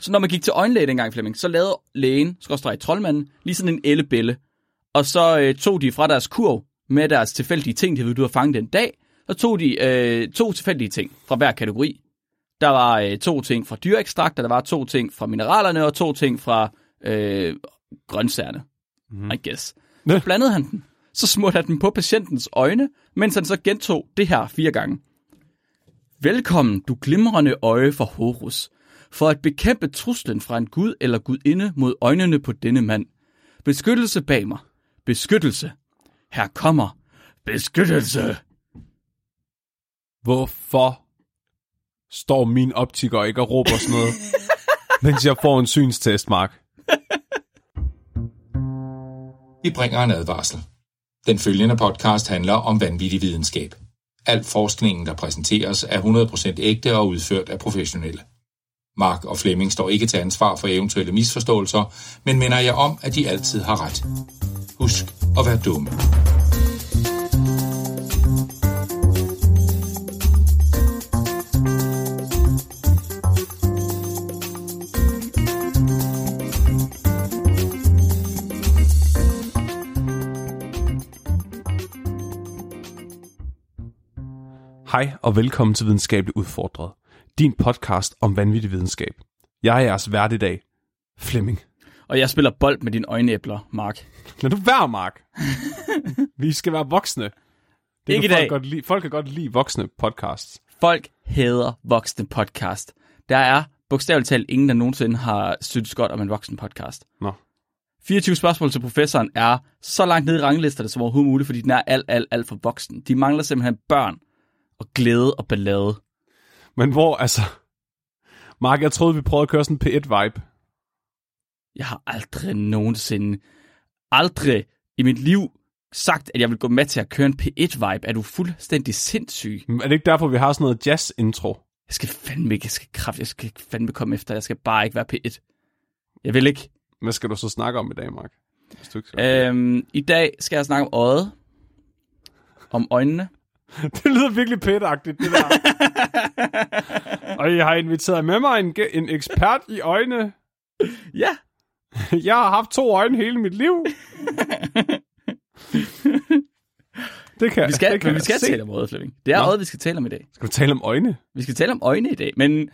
Så når man gik til øjenlæge dengang, Flemming, så lavede lægen, troldmanden, lige sådan en ellebælle. Og så tog de fra deres kurv med deres tilfældige ting, de ville fange den dag, så tog de 2 tilfældige ting fra hver kategori. Der var 2 ting fra dyreekstrakter, der var 2 ting fra mineralerne, og 2 ting fra grøntsagerne, I guess. Så blandede han den. Så smurte han den på patientens øjne, mens han så gentog det her 4 gange. Velkommen, du glimrende øje for Horus, for at bekæmpe truslen fra en gud eller gudinde mod øjnene på denne mand. Beskyttelse bag mig. Beskyttelse. Her kommer beskyttelse. Hvorfor står min optiker ikke og råber sådan noget, mens jeg får en synstest, Mark? Vi bringer en advarsel. Den følgende podcast handler om vanvittig videnskab. Al forskningen, der præsenteres, er 100% ægte og udført af professionelle. Mark og Flemming står ikke til ansvar for eventuelle misforståelser, men minder jer om, at de altid har ret. Husk at være dumme. Hej og velkommen til Videnskabeligt Udfordret. Din podcast om vanvittig videnskab. Jeg er jeres vært i dag, Flemming. Og jeg spiller bold med dine øjenæbler, Mark. Lad du være, Mark. Vi skal være voksne. Det ikke i dag. Folk kan godt lide voksne podcasts. Folk hader voksne podcast. Der er bogstaveligt talt ingen, der nogensinde har syntes godt om en voksen podcast. Nå. 24 spørgsmål til professoren er så langt nede i ranglisterne som overhovedet muligt, fordi den er alt for voksen. De mangler simpelthen børn og glæde og ballade. Men hvor, altså... Mark, jeg troede, vi prøvede at køre sådan en P1-vibe. Jeg har aldrig i mit liv sagt, at jeg vil gå med til at køre en P1-vibe. Er du fuldstændig sindssyg? Er det ikke derfor, vi har sådan noget jazz-intro? Jeg skal fandme komme efter. Jeg skal bare ikke være P1. Jeg vil ikke. Hvad skal du så snakke om i dag, Mark? I dag skal jeg snakke om øjet. Om øjnene. Det lyder virkelig pætagtigt, det der. Og jeg har inviteret med mig en ekspert i øjne. Ja. Jeg har haft 2 øjne hele mit liv. Vi skal tale om øjet, Flemming. Det er øjet, vi skal tale om i dag. Skal vi tale om øjne? Vi skal tale om øjne i dag, men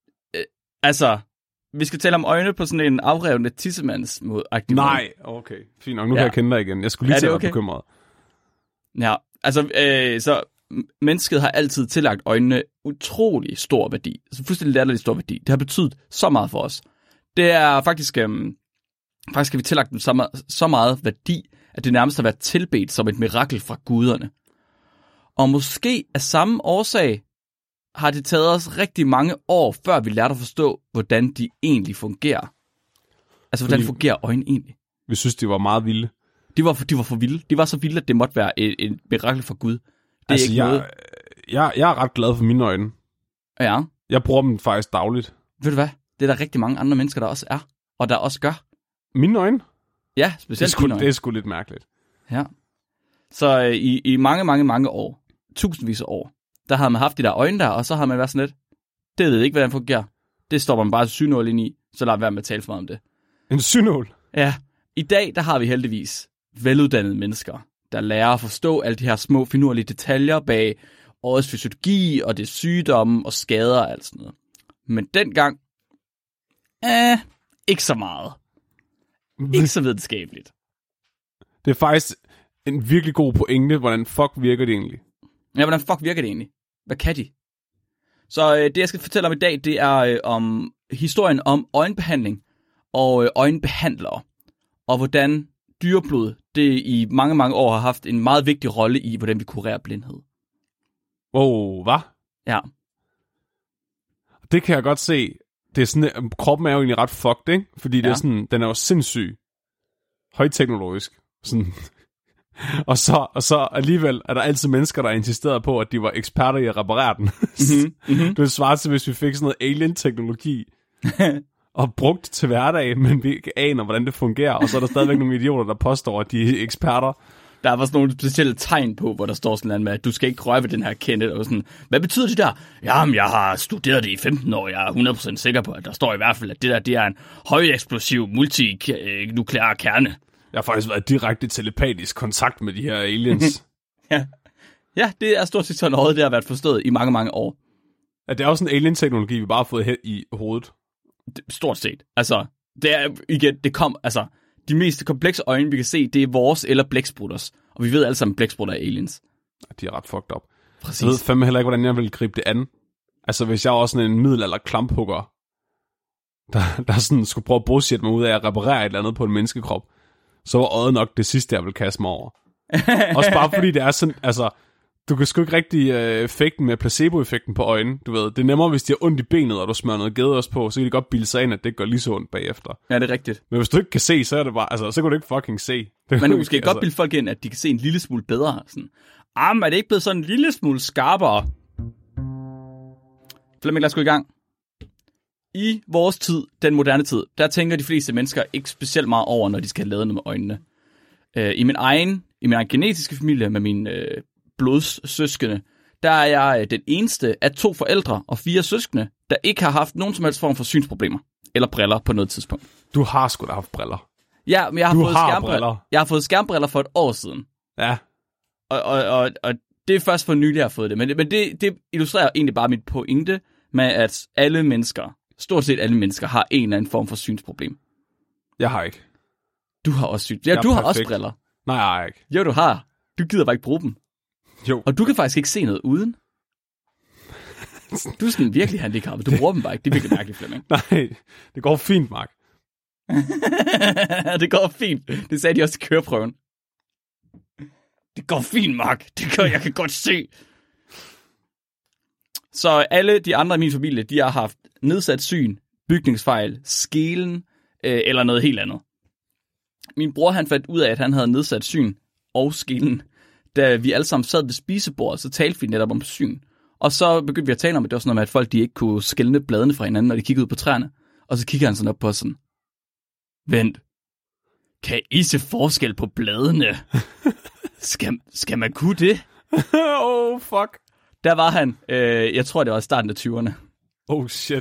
vi skal tale om øjne på sådan en afrevne tissemands måde. Nej, okay. Fint nok, nu kan jeg kende dig igen. Jeg skulle lige til at være bekymret. Ja, så mennesket har altid tillagt øjnene utrolig stor værdi. Altså fuldstændig latterlig stor værdi. Det har betydet så meget for os. Det er faktisk har vi tillagt dem så meget værdi, at det nærmest har været tilbedt som et mirakel fra guderne. Og måske af samme årsag har det taget os rigtig mange år, før vi lærte at forstå, hvordan de egentlig fungerer. Altså, hvordan fungerer øjne egentlig? Vi synes, de var meget vilde. De var for vilde. De var så vilde, at det måtte være et mirakel fra Gud. Det er altså, ikke noget. Jeg er ret glad for mine øjne. Ja. Jeg bruger dem faktisk dagligt. Ved du hvad? Det er der rigtig mange andre mennesker, der også er. Og der også gør. Mine øjne? Ja, specielt mine øjne. Det er sgu lidt mærkeligt. Ja. Så i mange år, tusindvis af år, der har man haft de der øjne der, og så har man været sådan lidt, det ved ikke, hvordan det fungerer. Det står man bare et synål ind i, så lad være med at tale for meget om det. En synål? Ja. I dag, der har vi heldigvis veluddannede mennesker, der lærer at forstå alle de her små finurlige detaljer bag øjets fysiologi og det sygdomme og skader og alt sådan noget. Men dengang, ikke så meget. Ikke så videnskabeligt. Det er faktisk en virkelig god pointe, hvordan fuck virker det egentlig? Ja, hvordan fuck virker det egentlig? Hvad kan de? Så det, jeg skal fortælle om i dag, det er om historien om øjenbehandling og øjenbehandlere. Og hvordan dyreblod, det i mange år har haft en meget vigtig rolle i, hvordan vi kurerer blindhed. Hvad? Ja. Det kan jeg godt se. Det er sådan, kroppen er jo egentlig ret fucked, ikke? Fordi det er sådan, den er jo sindssyg. Højteknologisk. Sådan. og så alligevel er der altid mennesker, der er insisteret på, at de var eksperter i at reparere den. Det vil svare til, hvis vi fik sådan noget alien-teknologi og brugt til hverdag, men vi ikke aner, hvordan det fungerer. Og så er der stadigvæk nogle idioter, der påstår, at de er eksperter. Der var sådan nogle specielle tegn på, hvor der står sådan noget med, at du skal ikke røre ved den her Kenneth. Og sådan, hvad betyder det der? Jamen, jeg har studeret det i 15 år. Jeg er 100% sikker på, at der står i hvert fald, at det der, det er en højeksplosiv multinuklear kerne. Jeg har faktisk været direkte telepatisk kontakt med de her aliens. Ja, det er stort set sådan noget, det har været forstået i mange, mange år. At det er også en alien-teknologi, vi bare har fået i hovedet. Stort set. Altså, det er igen, de mest komplekse øjne, vi kan se, det er vores eller blæksprutters. Og vi ved alle sammen, at blæksprutter er aliens. De er ret fucked up. Præcis. Jeg ved fandme heller ikke, hvordan jeg vil gribe det an. Altså, hvis jeg var sådan en middelalder klamphugger, der sådan skulle prøve at bullshit mig ud af at reparere et eller andet på en menneskekrop, så var øjet nok det sidste, jeg ville kaste mig over. Også bare fordi det er sådan, altså, du kan sgu ikke rigtig effekten med placeboeffekten på øjnene, du ved. Det er nemmere, hvis de har ondt i benet, og du smører noget gedeost på, så kan de godt bilde sig ind, at det gør lige så ondt bagefter. Ja, det er rigtigt. Men hvis du ikke kan se, så er det bare, altså, så kan du ikke fucking se. Men du måske godt bilde folk ind, at de kan se en lille smule bedre. Sådan, men er det ikke blevet sådan en lille smule skarpere? Flemming, lad os gå i gang. I vores tid, den moderne tid, der tænker de fleste mennesker ikke specielt meget over, når de skal have lavet noget med øjnene. I min egen genetiske familie med mine blodssøskende, der er jeg den eneste af 2 forældre og 4 søskende, der ikke har haft nogen som helst form for synsproblemer eller briller på noget tidspunkt. Du har sgu da haft briller. Ja, men jeg har fået skærmbriller for et år siden. Ja. Og det er først for nylig, jeg har fået det. Men det illustrerer egentlig bare mit pointe med, at alle mennesker, stort set alle mennesker, har en eller anden form for synsproblem. Jeg har ikke. Du har også syn. Ja, du har også briller. Nej, jeg har ikke. Jo, du har. Du gider bare ikke bruge dem. Jo. Og du kan faktisk ikke se noget uden. Du er sådan virkelig handicappet. Du bruger dem bare ikke. Det er virkelig mærkeligt, Flemming. Nej, det går fint, Mark. Det går fint. Det sagde de også til køreprøven. Det går fint, Mark. Jeg kan godt se. Så alle de andre i min familie, de har haft nedsat syn, bygningsfejl, skelen eller noget helt andet. Min bror, han fandt ud af, at han havde nedsat syn og skelen. Da vi alle sammen sad ved spisebordet, så talte vi netop om syn. Og så begyndte vi at tale om, at det var sådan noget med, at folk de ikke kunne skelne bladene fra hinanden, når de kiggede ud på træerne. Og så kigger han sådan op på os sådan, vent, kan I se forskel på bladene? Skal man kunne det? Oh, fuck. Der var han, jeg tror det var starten af 20'erne. Oh, shit.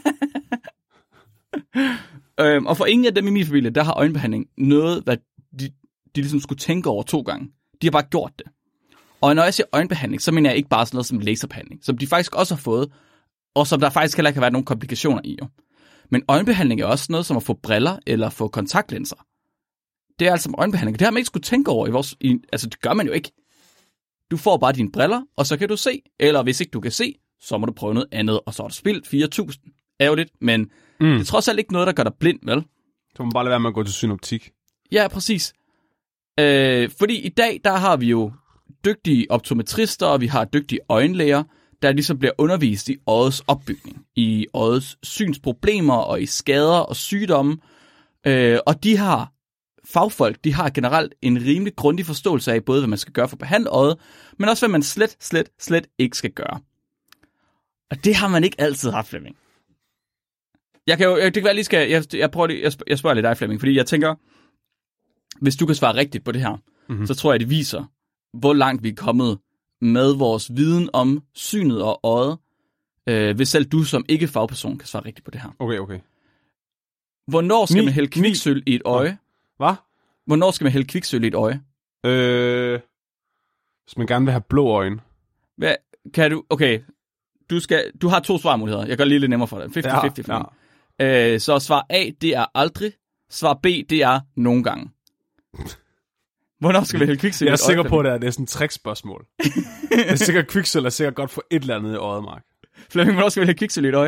Og for ingen af dem i min familie, der har øjenbehandling noget, hvad de ligesom skulle tænke over 2 gange. De har bare gjort det. Og når jeg siger øjenbehandling, så mener jeg ikke bare sådan noget som laserbehandling, som de faktisk også har fået, og som der faktisk heller ikke har været nogen komplikationer i. Jo. Men øjenbehandling er også noget som at få briller eller få kontaktlinser. Det er altså øjenbehandling. Det har man ikke skulle tænke over altså det gør man jo ikke. Du får bare dine briller, og så kan du se. Eller hvis ikke du kan se, så må du prøve noget andet, og så har du spildt 4.000. Ærgerligt, men det er trods alt ikke noget, der gør dig blind, vel? Så må man bare lade være med at gå til synoptik. Ja, præcis. Fordi i dag, der har vi jo dygtige optometrister, og vi har dygtige øjenlæger, der ligesom bliver undervist i øjets opbygning, i øjets synsproblemer, og i skader og sygdomme. Og de har fagfolk, de har generelt en rimelig grundig forståelse af, både hvad man skal gøre for at behandle øjet, men også hvad man slet ikke skal gøre. Og det har man ikke altid haft, Flemming. Jeg spørger lidt dig, Flemming, fordi jeg tænker, hvis du kan svare rigtigt på det her, så tror jeg, det viser, hvor langt vi er kommet med vores viden om synet og øjet, hvis selv du som ikke fagperson kan svare rigtigt på det her. Okay. Hvornår skal man hælde kviksøl i et øje? Hvad? Hvornår skal man hælde kviksøl i et øje? Hvis man gerne vil have blå øjne. Hvad kan du? Okay, du har 2 svarmuligheder. Jeg gør lige lidt nemmere for dig. 50-50 for mig. Så svar A, det er aldrig. Svar B, det er nogle gange. Hvornår skal vi hælde kviksøl i et øje? Jeg er sikker på, at det er sådan et trickspørgsmål. Jeg er sikker, at kviksøl er sikkert godt for et eller andet i øjet, Mark. Flemming, hvornår skal vi hælde kviksøl i et øje?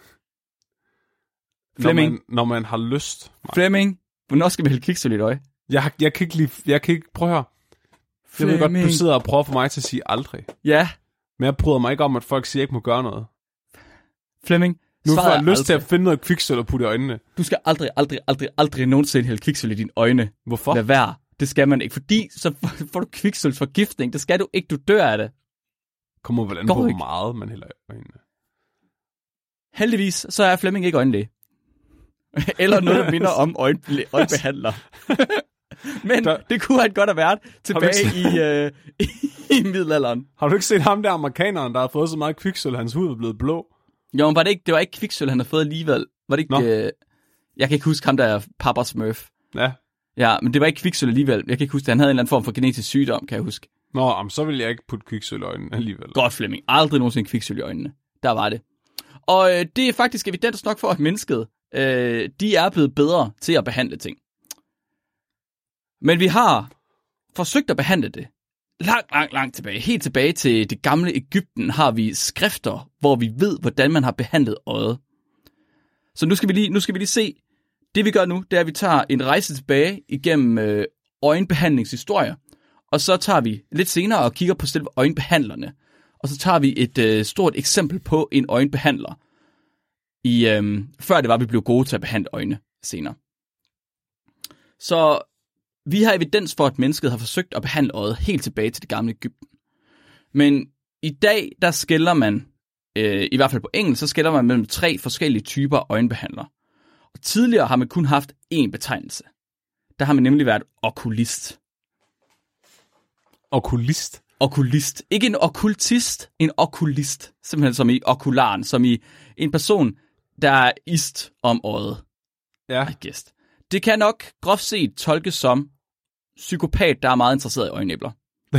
Flemming. Når man har lyst. Mark. Flemming, hvornår skal vi hælde kviksøl i et øje? Jeg kan ikke prøve at høre. Jeg ved godt, du sidder og prøver for mig til at sige aldrig. Ja. Men jeg bryder mig ikke om, at folk siger, at jeg ikke må gøre noget. Flemming, nu får jeg lyst til at finde noget kviksøl og putte i øjnene. Du skal aldrig nogensinde hælde kviksøl i dine øjne. Hvorfor? Lad være. Det skal man ikke, fordi så får du kviksølsforgiftning. Det skal du ikke, du dør af det. Kommer vel an på, hvor meget man hælder i øjnene. Heldigvis, så er Flemming ikke øjenlæge. Eller noget, der minder om øjenbehandler. Men det kunne han godt have været tilbage i middelalderen. Har du ikke set ham der amerikaneren, der har fået så meget kviksølv, hans hud er blevet blå? Jo, men det var ikke kviksølv, han har fået alligevel. Var det ikke... jeg kan ikke huske ham, der er Papa Smurf. Ja. Ja, men det var ikke kviksølv alligevel. Jeg kan ikke huske det. Han havde en eller anden form for genetisk sygdom, kan jeg huske. Nå, så vil jeg ikke putte kviksølv i øjnene alligevel. Godt, Flemming. Aldrig nogensinde kviksølv i øjnene. Der var det. Og det er faktisk evidens nok for, at mennesket, de er blevet bedre til at behandle ting. Men vi har forsøgt at behandle det langt tilbage. Helt tilbage til det gamle Egypten har vi skrifter, hvor vi ved, hvordan man har behandlet øjet. Så nu skal vi lige se. Det vi gør nu, det er, at vi tager en rejse tilbage igennem øjenbehandlingshistorier. Og så tager vi lidt senere og kigger på selve øjenbehandlerne. Og så tager vi et stort eksempel på en øjenbehandler. Før det var, vi blev gode til at behandle øjne senere. Så vi har evidens for, at mennesket har forsøgt at behandle øjet helt tilbage til det gamle Egypten. Men i dag, der skelner man, i hvert fald på engelsk, så skelner man mellem 3 forskellige typer af øjenbehandlere. Og tidligere har man kun haft én betegnelse. Der har man nemlig været okulist. Okulist? Okulist. Ikke en okkultist, en okulist. Simpelthen som i okularen, som i en person, der er ist om øjet. Ja. Det kan nok groft set tolkes som psykopat, der er meget interesseret i øjenæbler.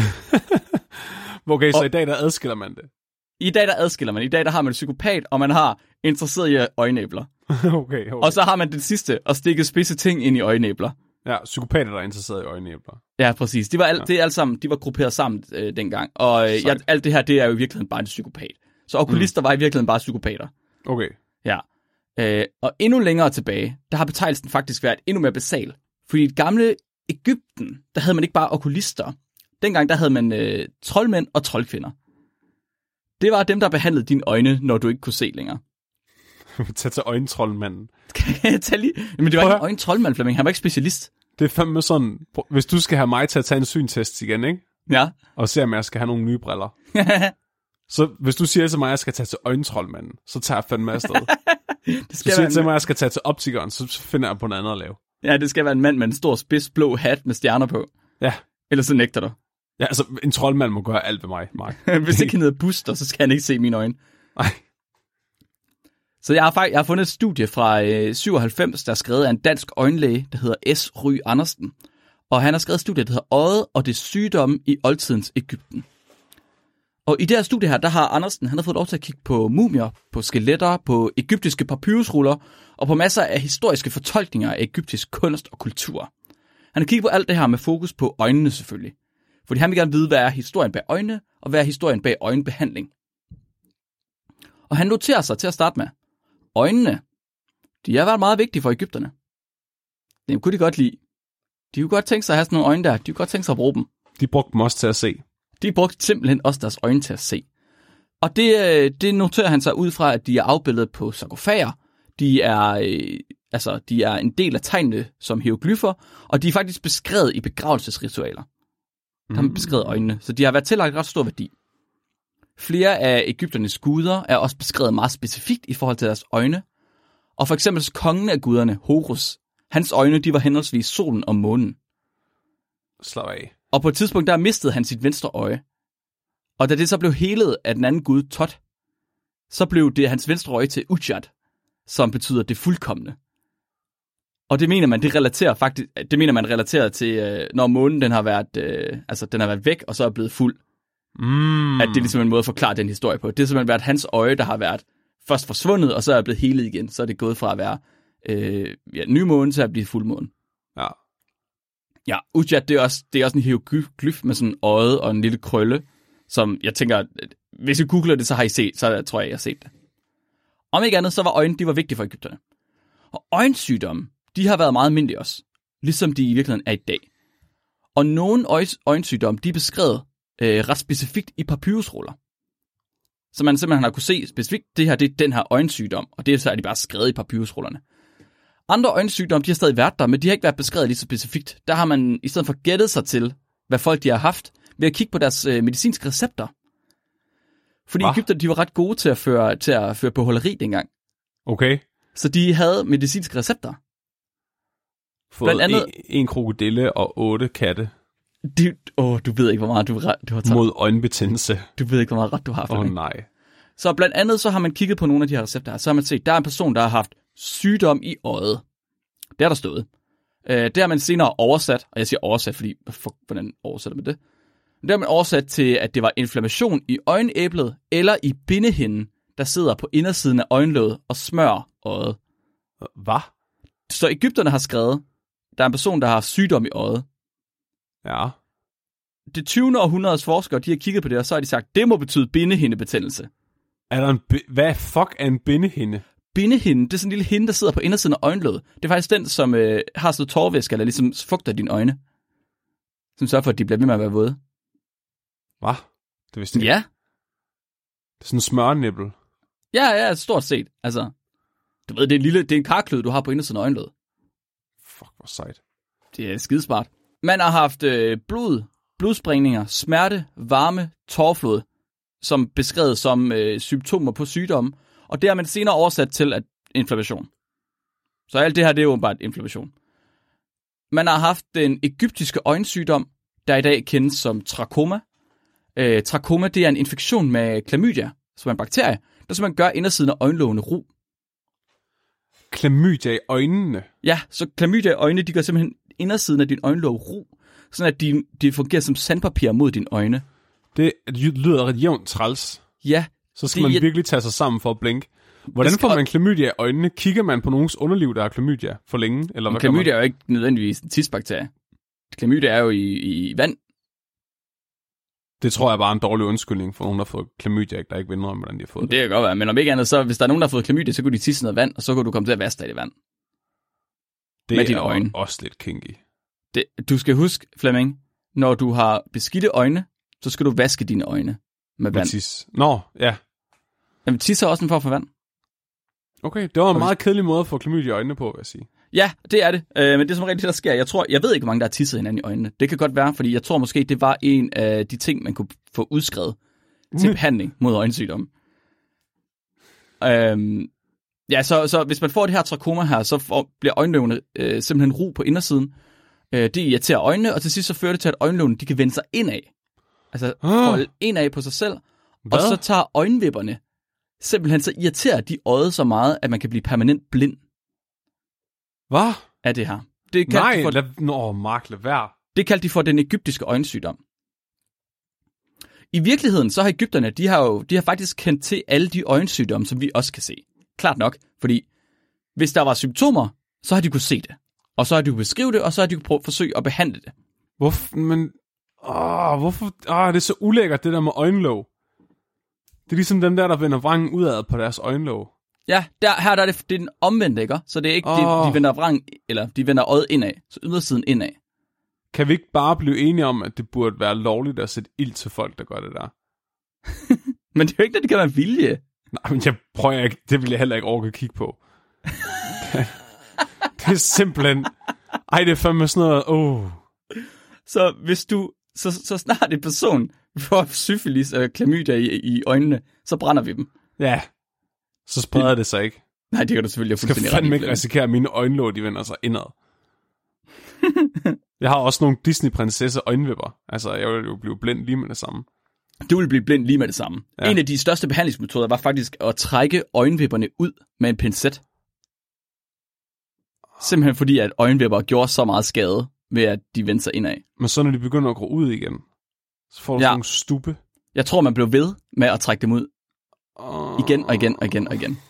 Okay, så i dag der adskiller man det? I dag der adskiller man. I dag der har man en psykopat, og man har interesseret i øjenæbler. Okay. Og så har man det sidste, at stikke spidse ting ind i øjenæbler. Ja, psykopater, der er interesseret i øjenæbler. Ja, præcis. Det er alt sammen, de var grupperet sammen dengang. Og alt det her, det er jo i virkeligheden bare en psykopat. Så okulister var i virkeligheden bare psykopater. Okay. Ja. Og endnu længere tilbage, der har betegnelsen faktisk været endnu mere basal. Fordi i det gamle Egypten, der havde man ikke bare okulister. Dengang, der havde man troldmænd og troldkvinder. Det var dem, der behandlede dine øjne, når du ikke kunne se længere. Tag til øjentroldmanden. Men det var ikke en øjentroldmand, Flemming. Han var ikke specialist. Det er fandme sådan, hvis du skal have mig til at tage en syntest igen, ikke? Ja. Og se, om jeg skal have nogle nye briller. Så hvis du siger til mig, at jeg skal tage til øjentroldmanden, så tager jeg fandme afsted. Hvis du siger til mig, at jeg skal tage til optikeren, så finder jeg på noget andet at lave. Ja, det skal være en mand med en stor spids blå hat med stjerner på. Ja. Ellers så nægter du. Ja, altså en troldmand må gøre alt ved mig, Mark. Hvis ikke han hedder Buster, så skal han ikke se mine øjne. Nej. Så jeg har fundet et studie fra 97, der er skrevet af en dansk øjenlæge, der hedder S. Ry Andersen. Og han har skrevet et studie, der hedder Øjet og det sygdomme i oldtidens Egypten. Og i det her studie her, der har Andersen, han har fået lov til at kigge på mumier, på skeletter, på egyptiske papyrusruller og på masser af historiske fortolkninger af egyptisk kunst og kultur. Han har kigget på alt det her med fokus på øjnene selvfølgelig. Fordi han vil gerne vide, hvad er historien bag øjnene, og hvad er historien bag øjenbehandling. Og han noterer sig til at starte med, øjnene, de har været meget vigtige for egypterne. Dem kunne de godt lide. De kunne godt tænke sig at have sådan nogle øjne der. De kunne godt tænke sig at bruge dem. De brugte dem også til at se. De brugte simpelthen også deres øjne til at se. Og det noterer han sig ud fra, at de er afbildet på sarkofager. De er en del af tegnene som hieroglyffer, og de er faktisk beskrevet i begravelsesritualer. Der har man beskrevet øjnene, så de har været tillagt ret stor værdi. Flere af egypternes guder er også beskrevet meget specifikt i forhold til deres øjne. Og for eksempel kongen af guderne, Horus, hans øjne, de var henholdsvis solen og månen. Slap af. Og på et tidspunkt, der mistede han sit venstre øje. Og da det så blev helet af den anden gud, Tot, så blev det hans venstre øje til Ujjat, som betyder det fuldkomne. Og det mener man relaterer til, når månen den har været væk, og så er blevet fuld. At det er ligesom en måde at forklare den historie på. Det har simpelthen været hans øje, der har været først forsvundet, og så er blevet helet igen. Så er det gået fra at være ny måne til at blive fuldmåne. Ja. Ja, Ujjat, det er også en hieroglyf med sådan en øje og en lille krølle, som jeg tænker, hvis I googler det, så har I set, så tror jeg har set det. Om ikke andet, så var øjne, de var vigtige for egypterne. Og øjensygdomme, de har været meget almindelige også, ligesom de i virkeligheden er i dag. Og nogle øjensygdomme, de er beskrevet ret specifikt i papyrusruller. Så man simpelthen har kunne se specifikt, det er den her øjensygdom, og det er så er de bare skrevet i papyrusrullerne. Andre øjensygdomme, de har stadig været der, men de har ikke været beskrevet lige så specifikt. Der har man i stedet for gættet sig til, hvad folk de har haft, ved at kigge på deres medicinske recepter. Fordi egypterne, de var ret gode til at føre bogholderi dengang. Okay. Så de havde medicinske recepter. fået en krokodille og 8 katte. Du ved ikke, hvor meget du har taget. Mod øjenbetændelse. Du ved ikke, hvor meget ret du har haft. Nej. Så blandt andet så har man kigget på nogle af de her recepter her. Så har man set, der er en person, der har haft sygdom i øjet. Det har der stået. Det har man senere oversat, og jeg siger oversat, fordi hvordan oversætter man det? Det har man oversat til, at det var inflammation i øjenæblet eller i bindehinden, der sidder på indersiden af øjenlåget og smører øjet. Hvad? Så egypterne har skrevet, der er en person, der har sygdom i øjet. Ja. Det 20. århundredes forskere, de har kigget på det, og så har de sagt, det må betyde bindehindebetændelse. Er der hvad fuck er en bindehinde? Bindehinde, det er sådan en lille hinde, der sidder på indersiden af øjenlåget. Det er faktisk den, som har sådan tårvæske, eller ligesom fugter dine øjne. Som sørger for, at de bliver ved med at være våde. Hvad? Det vidste jeg ikke. Ja. Det er sådan en smørnibbel. Ja, stort set. Altså, du ved, det er en karklød, du har på indersiden af øjenlåget. Fuck, hvor sejt. Det er skidesmart. Man har haft blodsprængninger, smerte, varme, tårflod, som beskrevet som symptomer på sygdomme, og det har man senere oversat til at inflammation. Så alt det her, det er jo bare inflammation. Man har haft den egyptiske øjensygdom, der i dag kendes som trakoma. Trakoma, det er en infektion med klamydia, som er en bakterie, der simpelthen gør indersiden af øjenlågene ru. Klamydia i øjnene? Ja, så klamydia i øjnene, de gør simpelthen indersiden af din øjenlåg ru, sådan at de fungerer som sandpapir mod dine øjne. Det lyder ret jævnt træls. Ja. Så skal man virkelig tage sig sammen for at blinke. Hvordan får man klamydia i øjnene? Kigger man på nogens underliv, der har klamydia for længe? Eller hvad klamydia er jo ikke nødvendigvis en tidsbakterie. Klamydia er jo i vand. Det tror jeg bare er en dårlig undskyldning for nogen, der har fået klamydia, der ikke ved om, hvordan de har fået det. Det kan godt være, men om ikke andet, så hvis der er nogen, der har fået klamydia, så kunne de tisse noget vand, og så kunne du komme til at vaske dig i vand. Det med dine øjne. Også lidt kinky. Du skal huske, Flemming, når du har beskidte øjne, så skal du vaske dine øjne med vand. Tis. Nå, ja. Jamen, tis er også en form for vand. Okay, det var en meget kedelig måde at få klamydia i øjnene på, vil jeg sige. Ja, det er det. Men det er som regel det, der sker. Jeg ved ikke, hvor mange der har tisset hinanden i øjnene. Det kan godt være, fordi jeg tror måske, det var en af de ting, man kunne få udskrevet til behandling mod øjensygdomme. Ja, så hvis man får det her trakoma her, så bliver øjenlågene simpelthen ru på indersiden. Det irriterer øjnene, og til sidst så fører det til, at øjenlågene de kan vende sig indad. Altså holde indad på sig selv. Hvad? Og så tager øjenvipperne simpelthen så irriterer de øjet så meget, at man kan blive permanent blind. Hvad? Af det her. Mark, lad være. Det kaldte de for den egyptiske øjensygdom. I virkeligheden, så har egypterne, de har faktisk kendt til alle de øjensygdomme, som vi også kan se. Klart nok, fordi hvis der var symptomer, så har de kunne se det. Og så har de kunne beskrive det, og så har de kunne forsøge at behandle det. Hvorfor? Det er så ulækkert, det der med øjenlåg. Det er ligesom dem der vender vrangen udad på deres øjenlåg. Ja, det er den omvendte, ikke? Så det er ikke, de vender vrangen, eller de vender øjet indad, så ydersiden indad. Kan vi ikke bare blive enige om, at det burde være lovligt at sætte ild til folk, der gør det der? Men det er jo ikke, at det kan være vilje. Nej, men jeg prøver ikke. Det vil jeg heller ikke orke at kigge på. Det er simpelthen... det er fandme sådan noget... Så hvis du... Så snart en person får syfilis eller klamydia i øjnene, så brænder vi dem. Ja. Så spreder det sig ikke. Nej, det kan du selvfølgelig fuldstændig ret i. Jeg skal fandme ikke risikere, at mine øjenlåg, de vender sig indad. Jeg har også nogle Disney-prinsesse øjenvipper. Altså, jeg vil jo blive blind lige med det samme. Du vil blive blind lige med det samme. Ja. En af de største behandlingsmetoder var faktisk at trække øjenvipperne ud med en pincet. Simpelthen fordi, at øjenvipper gjorde så meget skade ved, at de vendte sig indad. Men så når de begynder at gro ud igen, så får du sådan nogle stube. Jeg tror, man blev ved med at trække dem ud. Igen og igen og igen og igen.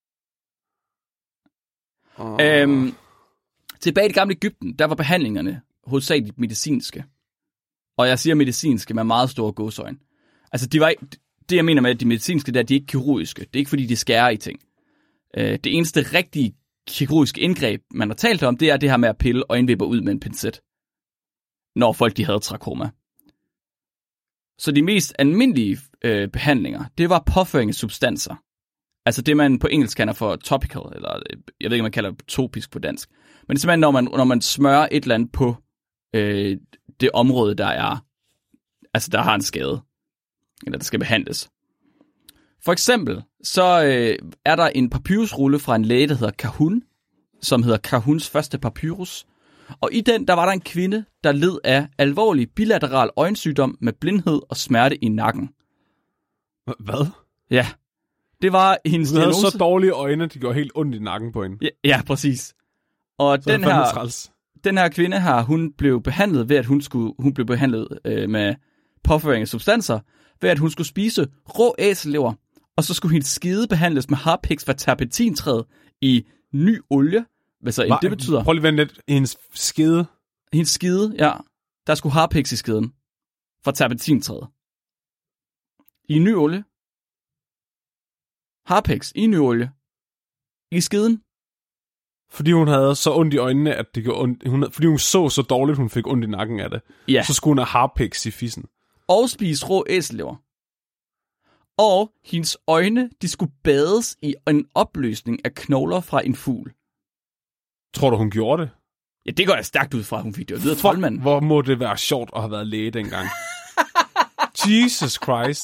Tilbage i det gamle Egypten, der var behandlingerne hovedsageligt medicinske. Og jeg siger medicinske med meget store gåseøjne. Altså, det jeg mener med, at de medicinske, de er ikke kirurgiske. Det er ikke, fordi de skærer i ting. Det eneste rigtige kirurgiske indgreb, man har talt om, det er det her med at pille øjenvipper ud med en pincet. Når folk, de havde trakoma. Så de mest almindelige behandlinger, det var påføring af substanser. Altså det, man på engelsk kalder for topical, eller jeg ved ikke, man kalder det topisk på dansk. Men det er simpelthen, når man smører et eller andet på det område, der har en skade, eller der skal behandles. For eksempel, så er der en papyrusrulle fra en læge, der hedder Kahun, som hedder Kahuns første papyrus. Og i den, der var der en kvinde, der led af alvorlig bilateral øjensygdom med blindhed og smerte i nakken. Hvad? Ja, det var hendes Hun havde diagnose. så dårlige øjne, de gjorde helt ondt i nakken på hende. Ja, præcis. Og Så den her kvinde her, hun blev behandlet ved, at hun blev behandlet med påføring af substanser, ved at hun skulle spise rå æsellever, og så skulle hendes skide behandles med harpiks fra terpentintræet i ny olie. Hvad så det betyder? Prøv lige at vente lidt. Hendes skide. Hendes skide, ja. Der skulle harpiks i skiden fra terpentintræet. I ny olie. Harpiks i ny olie. I skiden. Fordi hun havde så ondt i øjnene, at det gjorde ondt. Fordi hun så dårligt, hun fik ondt i nakken af det. Ja. Så skulle hun have harpiks i fissen. Og spise rå æsellever. Og hendes øjne, de skulle bades i en opløsning af knogler fra en fugl. Tror du, hun gjorde det? Ja, det går jeg stærkt ud fra, hun fik det at vide af troldmanden. Hvor må det være sjovt at have været læge dengang. Jesus Christ.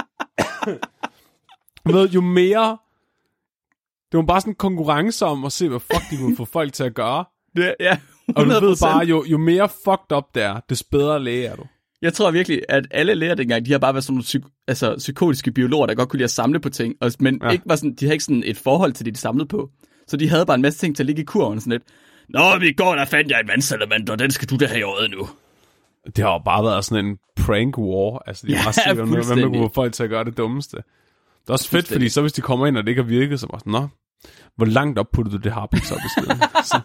Jo mere... Det var bare sådan en konkurrence om at se, hvad fuck de kunne få folk til at gøre. Ja, 100%. Og du ved bare, jo mere fucked up det er, des bedre læge er du. Jeg tror virkelig, at alle læger dengang, de har bare været sådan nogle psykotiske biologer, der godt kunne lide at samle på ting, men ikke var sådan, de havde ikke sådan et forhold til det, de samlede på. Så de havde bare en masse ting til at ligge i kurven og sådan lidt. Nå, i går der fandt jeg en vandsalamander, og den skal du da have i øjet nu. Det har jo bare været sådan en prank war. Altså, de har bare set, hvem man kunne få folk til at gøre det dummeste. Det er også fedt, fordi så hvis de kommer ind, og det ikke har virket, så var sådan, nå, hvor langt op puttede du det harpiks op i skiden?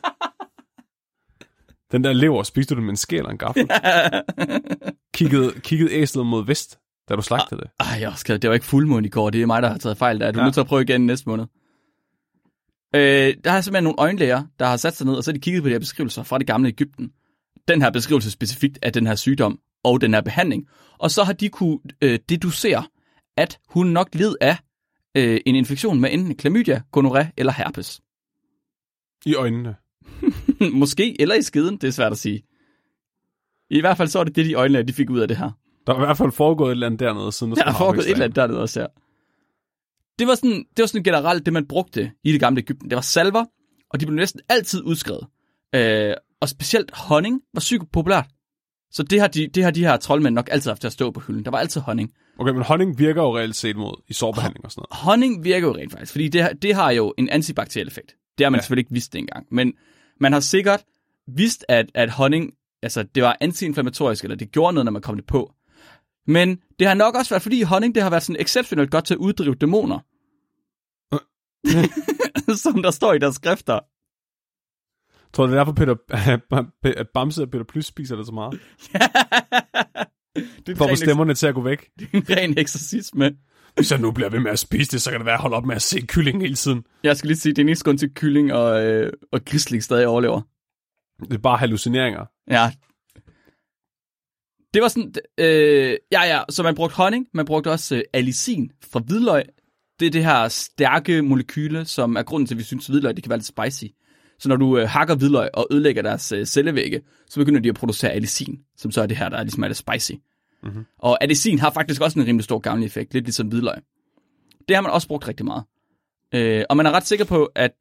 Den der lever, spiste du det med en skæl eller en gaffel? Kiggede æslet mod vest, da du slagtede det? Jeg har skrevet, det var ikke fuldmåne i går, det er mig, der har taget fejl der. Du er nødt til at prøve igen næste måned. Der er simpelthen nogle øjenlæger, der har sat sig ned, og så har de kigget på de her beskrivelser fra det gamle Egypten. Den her beskrivelse specifikt af den her sygdom og den her behandling. Og så har de kunne deducere, at hun nok led af en infektion med enten klamydia, gonorrhea eller herpes. I øjnene? Måske, eller i skeden, det er svært at sige. I hvert fald så er det de øjnlæger, de fik ud af det her. Der er i hvert fald foregået et eller andet dernede. Siden der er foregået et eller andet dernede også, ja. Det var sådan generelt det, man brugte i det gamle Egypten. Det var salver, og de blev næsten altid udskrevet. Og specielt honning var sygt populært. Så det har de her troldmænd nok altid haft til at stå på hylden. Der var altid honning. Okay, men honning virker jo reelt set mod i sårbehandling og sådan noget. Honning virker jo rent faktisk, fordi det har jo en antibakteriel effekt. Det har man selvfølgelig ikke vidst engang. Men man har sikkert vidst, at honning, altså det var antiinflammatorisk, eller det gjorde noget, når man kom det på. Men det har nok også været, fordi honning, det har været sådan exceptionelt godt til at uddrive dæmoner. Som der står i deres skrifter. Tror du, det er derfor, at Bamse og Peter Plys spiser det så meget? For at få stemmerne til at gå væk. Det er en ren eksorcisme. Hvis jeg nu bliver ved med at spise det, så kan det være at holde op med at se kylling hele tiden. Jeg skal lige sige, det er en grund til kylling og grisling stadig overlever. Det er bare hallucineringer. Ja. Det var sådan, så man brugte honning, man brugte også allicin fra hvidløg. Det er det her stærke molekyle, som er grunden til, at vi synes, at hvidløg det kan være lidt spicy. Så når du hakker hvidløg og ødelægger deres cellevægge, så begynder de at producere allicin, som så er det her, der ligesom er det spicy. Mm-hmm. Og allicin har faktisk også en rimelig stor gavnlig effekt, lidt ligesom hvidløg. Det har man også brugt rigtig meget. Og man er ret sikker på, at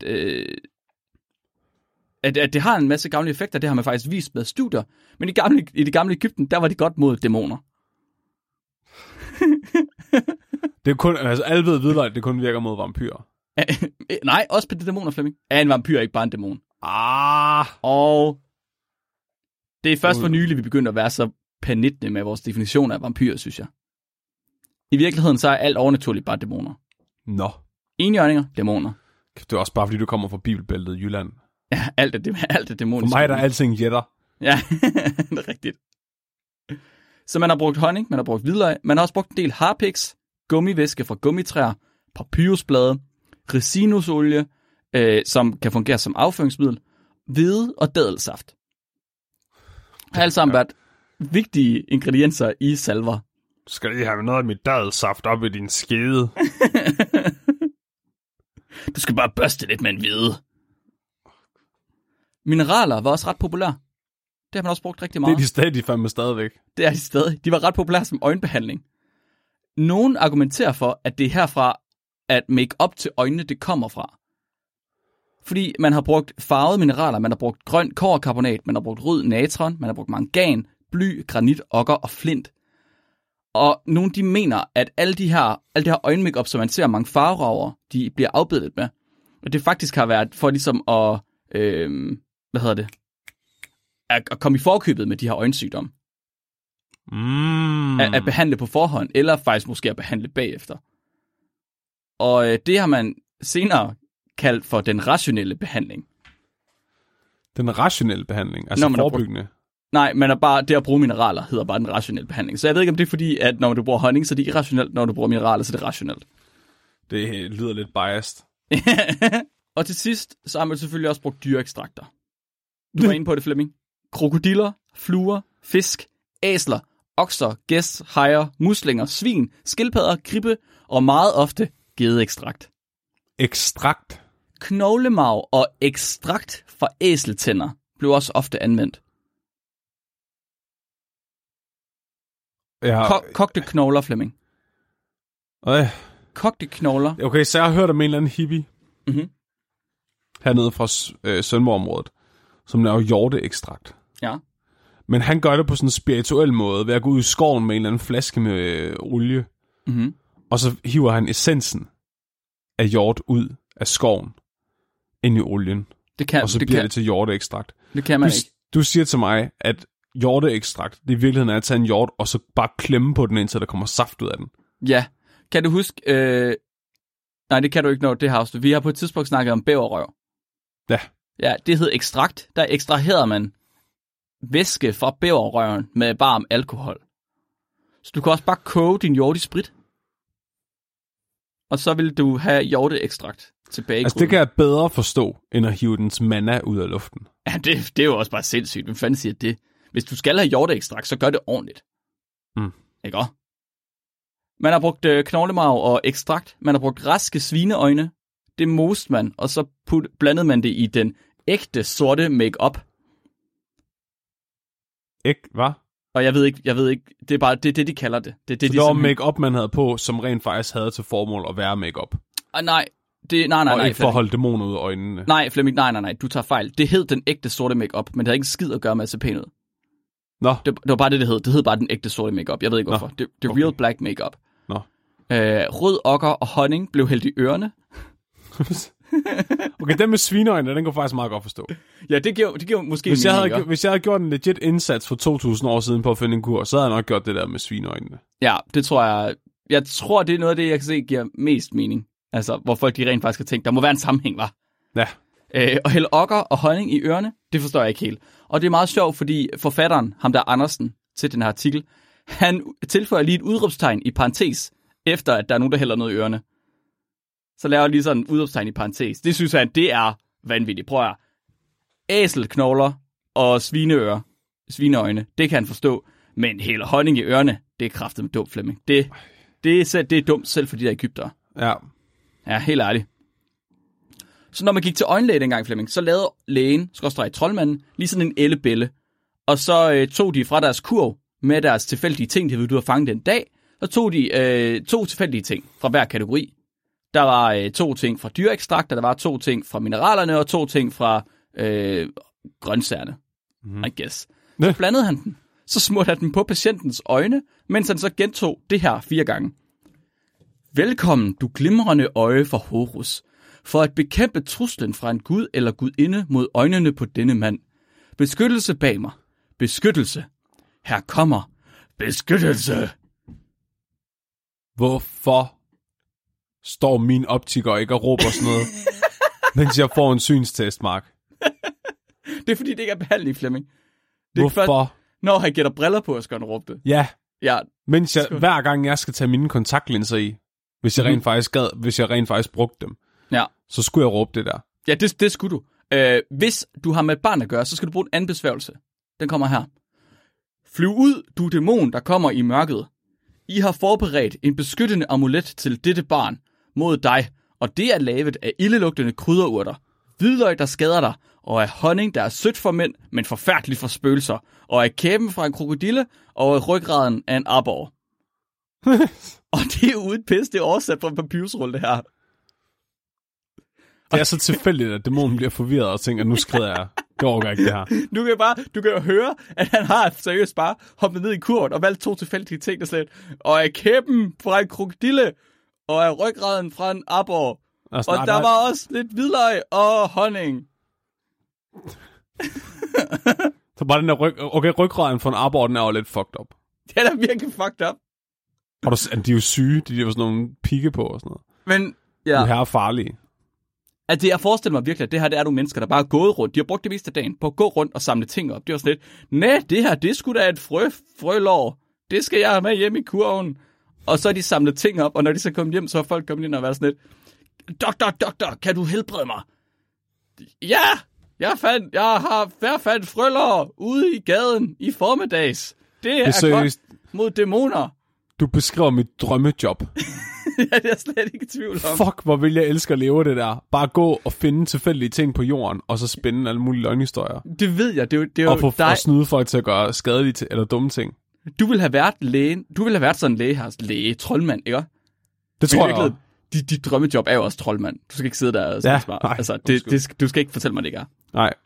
det har en masse gavnlige effekter, det har man faktisk vist med studier. Men i det gamle Egypten, der var de godt mod dæmoner. Det er kun, altså alle ved hvidløg, det kun virker mod vampyrer. Nej, også på de dæmoner, Flemming. Er en vampyr ikke bare en dæmon? Og det er først for nylig, vi begynder at være så panittende med vores definition af vampyrer, synes jeg. I virkeligheden så er alt overnaturligt bare dæmoner. Nå. Enhjørninger, dæmoner. Det er også bare, fordi du kommer fra bibelbæltet Jylland. Ja, alt er dæmonisk. For mig der er alting jætter. Ja, det er rigtigt. Så man har brugt honning, man har brugt hvidløg, man har også brugt en del harpiks, gummivæske fra gummitræer, papyrusblade, resinusolie, som kan fungere som afføringsmiddel, hvede og dadelsaft. Har alle sammen været vigtige ingredienser i salver. Du skal lige have noget af mit dadelsaft op i din skede. Du skal bare børste lidt med en hvede. Mineraler var også ret populære. Det har man også brugt rigtig meget. Det er de fandme stadigvæk. Det er de stadig. De var ret populære som øjenbehandling. Nogen argumenterer for, at det er herfra, at make-up til øjnene, det kommer fra. Fordi man har brugt farvede mineraler, man har brugt grønt kobberkarbonat, man har brugt rød natron, man har brugt mangan, bly, granit, okker og flint. Og nogle de mener, at alle det her øjenmakeup, som man ser mange farveragere, de bliver afbildet med. Og det faktisk har været for ligesom at, at komme i forkøbet med de her øjensygdomme. At behandle på forhånd, eller faktisk måske at behandle bagefter. Og det har man senere kaldt for den rationelle behandling. Den rationelle behandling? Altså forebyggende? Nej, men det at bruge mineraler hedder bare den rationelle behandling. Så jeg ved ikke, om det er fordi, at når du bruger honning, så er det irrationelt, når du bruger mineraler, så er det rationelt. Det lyder lidt biased. Og til sidst, så har man selvfølgelig også brugt dyreekstrakter. Du var inde på det, Flemming. Krokodiller, fluer, fisk, æsler, okser, gæs, hajer, muslinger, svin, skildpadder, kribbe og meget ofte gedeekstrakt. Ekstrakt? Knoglemarv og ekstrakt fra æseltænder blev også ofte anvendt. Kogte knogler, Flemming. Kogte knogler. Okay, så jeg har hørt om en eller anden hippie hernede fra Sønderborg-området, som laver hjorteekstrakt. Ja. Men han gør det på sådan en spirituel måde, ved at gå ud i skoven med en eller anden flaske med olie, og så hiver han essensen af hjort ud af skoven ind i olien. Og så bliver det til hjorteekstrakt. Det kan man ikke. Du siger til mig, at hjorteekstrakt, det i virkeligheden er at tage en hjort, og så bare klemme på den, indtil der kommer saft ud af den. Ja. Kan du huske... Nej, det kan du ikke nå, det har vi har på et tidspunkt snakket om bæverrøv. Ja. Ja, det hedder ekstrakt. Der ekstraherer man væske fra bæverrøven med varm alkohol. Så du kan også bare koge din hjort i sprit. Og så vil du have hjorteekstrakt tilbage i Altså, det kan jeg bedre forstå, end at hive dens manna ud af luften. Ja, det er jo også bare sindssygt. Hvem fanden siger det? Hvis du skal have hjorteekstrakt, så gør det ordentligt. Ikke også? Man har brugt knoglemarv og ekstrakt. Man har brugt raske svineøjne. Det moste man, og så blandede man det i den ægte sorte make-up. Ikke, hvad? Og jeg ved ikke, det er bare det, de kalder det. Det så det var make-up, man havde på, som rent faktisk havde til formål at være make-up? Nej. Og ikke for at holde dæmoner ud af øjnene? Nej, Flemming, nej, du tager fejl. Det hed den ægte sorte make-up, men det havde ikke skid at gøre med at se pæn ud. Nå. Det var bare det hed. Det hed bare den ægte sorte make-up. Jeg ved ikke hvorfor. Det okay. Real black make-up. Nå. Rød okker og honning blev hældt i ørerne. Okay, den med svineøjne, den kan jeg faktisk meget godt forstå. Ja, det giver måske hvis jeg havde gjort en legit indsats for 2000 år siden på at finde en kur, så havde jeg nok gjort det der med svineøjnene. Ja, det tror jeg. Jeg tror, det er noget af det, jeg kan se giver mest mening. Altså, hvor folk de rent faktisk har tænkt, der må være en sammenhæng, hva'? Ja. Og hælde okker og honning i ørerne, det forstår jeg ikke helt. Og det er meget sjovt, fordi forfatteren, ham der Andersen, til den her artikel, han tilføjer lige et udråbstegn i parentes, efter at der er nogen, der hælder noget i ørerne. Så laver lige sådan en udråbstegn i parentes. Det synes jeg, det er vanvittigt. Prøv at æselknogler og svineøjne, det kan han forstå. Men hælder honning i ørerne, det er kraftedeme dumt, Flemming. Det er dumt selv for de der egyptere. Ja. Ja, helt ærligt. Så når man gik til øjenlæge dengang, Flemming, så lavede lægen, troldmanden, lige sådan en ellebælle. Og så tog de fra deres kurv med deres tilfældige ting, de havde fanget den dag, så tog de 2 tilfældige ting fra hver kategori. Der var 2 ting fra dyreekstrakter, der var 2 ting fra mineralerne, og 2 ting fra grøntsagerne, I guess. Så blandede han den. Så smurte han den på patientens øjne, mens han så gentog det her 4 gange. Velkommen, du glimrende øje for Horus, for at bekæmpe truslen fra en gud eller gudinde mod øjnene på denne mand. Beskyttelse bag mig. Beskyttelse. Her kommer beskyttelse. Hvorfor står min optiker ikke og råber sådan noget, mens jeg får en synstest, Mark? Det er fordi, det ikke er behandling, Flemming. Hvorfor? Når han gætter briller på, skal han råbe det. Ja. Mens hver gang jeg skal tage mine kontaktlinser i, hvis jeg rent faktisk brugte dem, så skulle jeg råbe det der. Ja, det skulle du. Hvis du har med et barn at gøre, så skal du bruge en anden besværgelse. Den kommer her. Flyv ud, du dæmon, der kommer i mørket. I har forberedt en beskyttende amulet til dette barn mod dig, og det er lavet af ildelugtende krydderurter, hvidløg, der skader dig, og af honning, der er sødt for mænd, men forfærdeligt for spøgelser, og af kæben fra en krokodille, og af ryggraden af en arbor. Og det er jo et pis, det er oversat på en papyrusrulle, det her. Det er så tilfældigt, at dæmonen bliver forvirret og tænker, nu skrider jeg. Det overgår ikke det her. Du kan jo høre, at han har seriøst bare hoppet ned i kurven og valgt 2 tilfældige ting, der slet. Og er kæben fra en krokodille, og er ryggraden fra en aborre. Og der var også lidt hvidløg og honning. Så bare den der ryggraden fra en aborre, den er jo lidt fucked up. Det er da virkelig fucked up. Og de er jo syge, de har sådan nogle pigge på og sådan noget. Men, ja. De her er farlige. Altså, jeg forestiller mig virkelig, at det her det er nogle mennesker, der bare er gået rundt. De har brugt det meste af dagen på at gå rundt og samle ting op. Det var sådan lidt, nej, det her, det skulle da et frølår. Det skal jeg have med hjem i kurven. Og så er de samlet ting op, og når de så kommer hjem, så har folk kommet ind og været sådan lidt, doktor, kan du helbrede mig? Ja, jeg har fandt frølår ude i gaden i formiddags. Det er godt mod dæmoner. Du beskriver mit drømmejob. Ja, det er slet ikke i tvivl om. Fuck, hvor vil jeg elske at leve det der. Bare gå og finde tilfældige ting på jorden, og så spænde alle mulige løgnehistorier. Det ved jeg. Det er jo og og snyde folk til at gøre skadelige eller dumme ting. Du vil have været lægen. Du vil have været sådan en læge, troldmand, ikke? Det tror jeg også. Dit drømmejob er jo også troldmand. Du skal ikke sidde der og nej, altså, du skal ikke fortælle mig, det ikke er. Nej.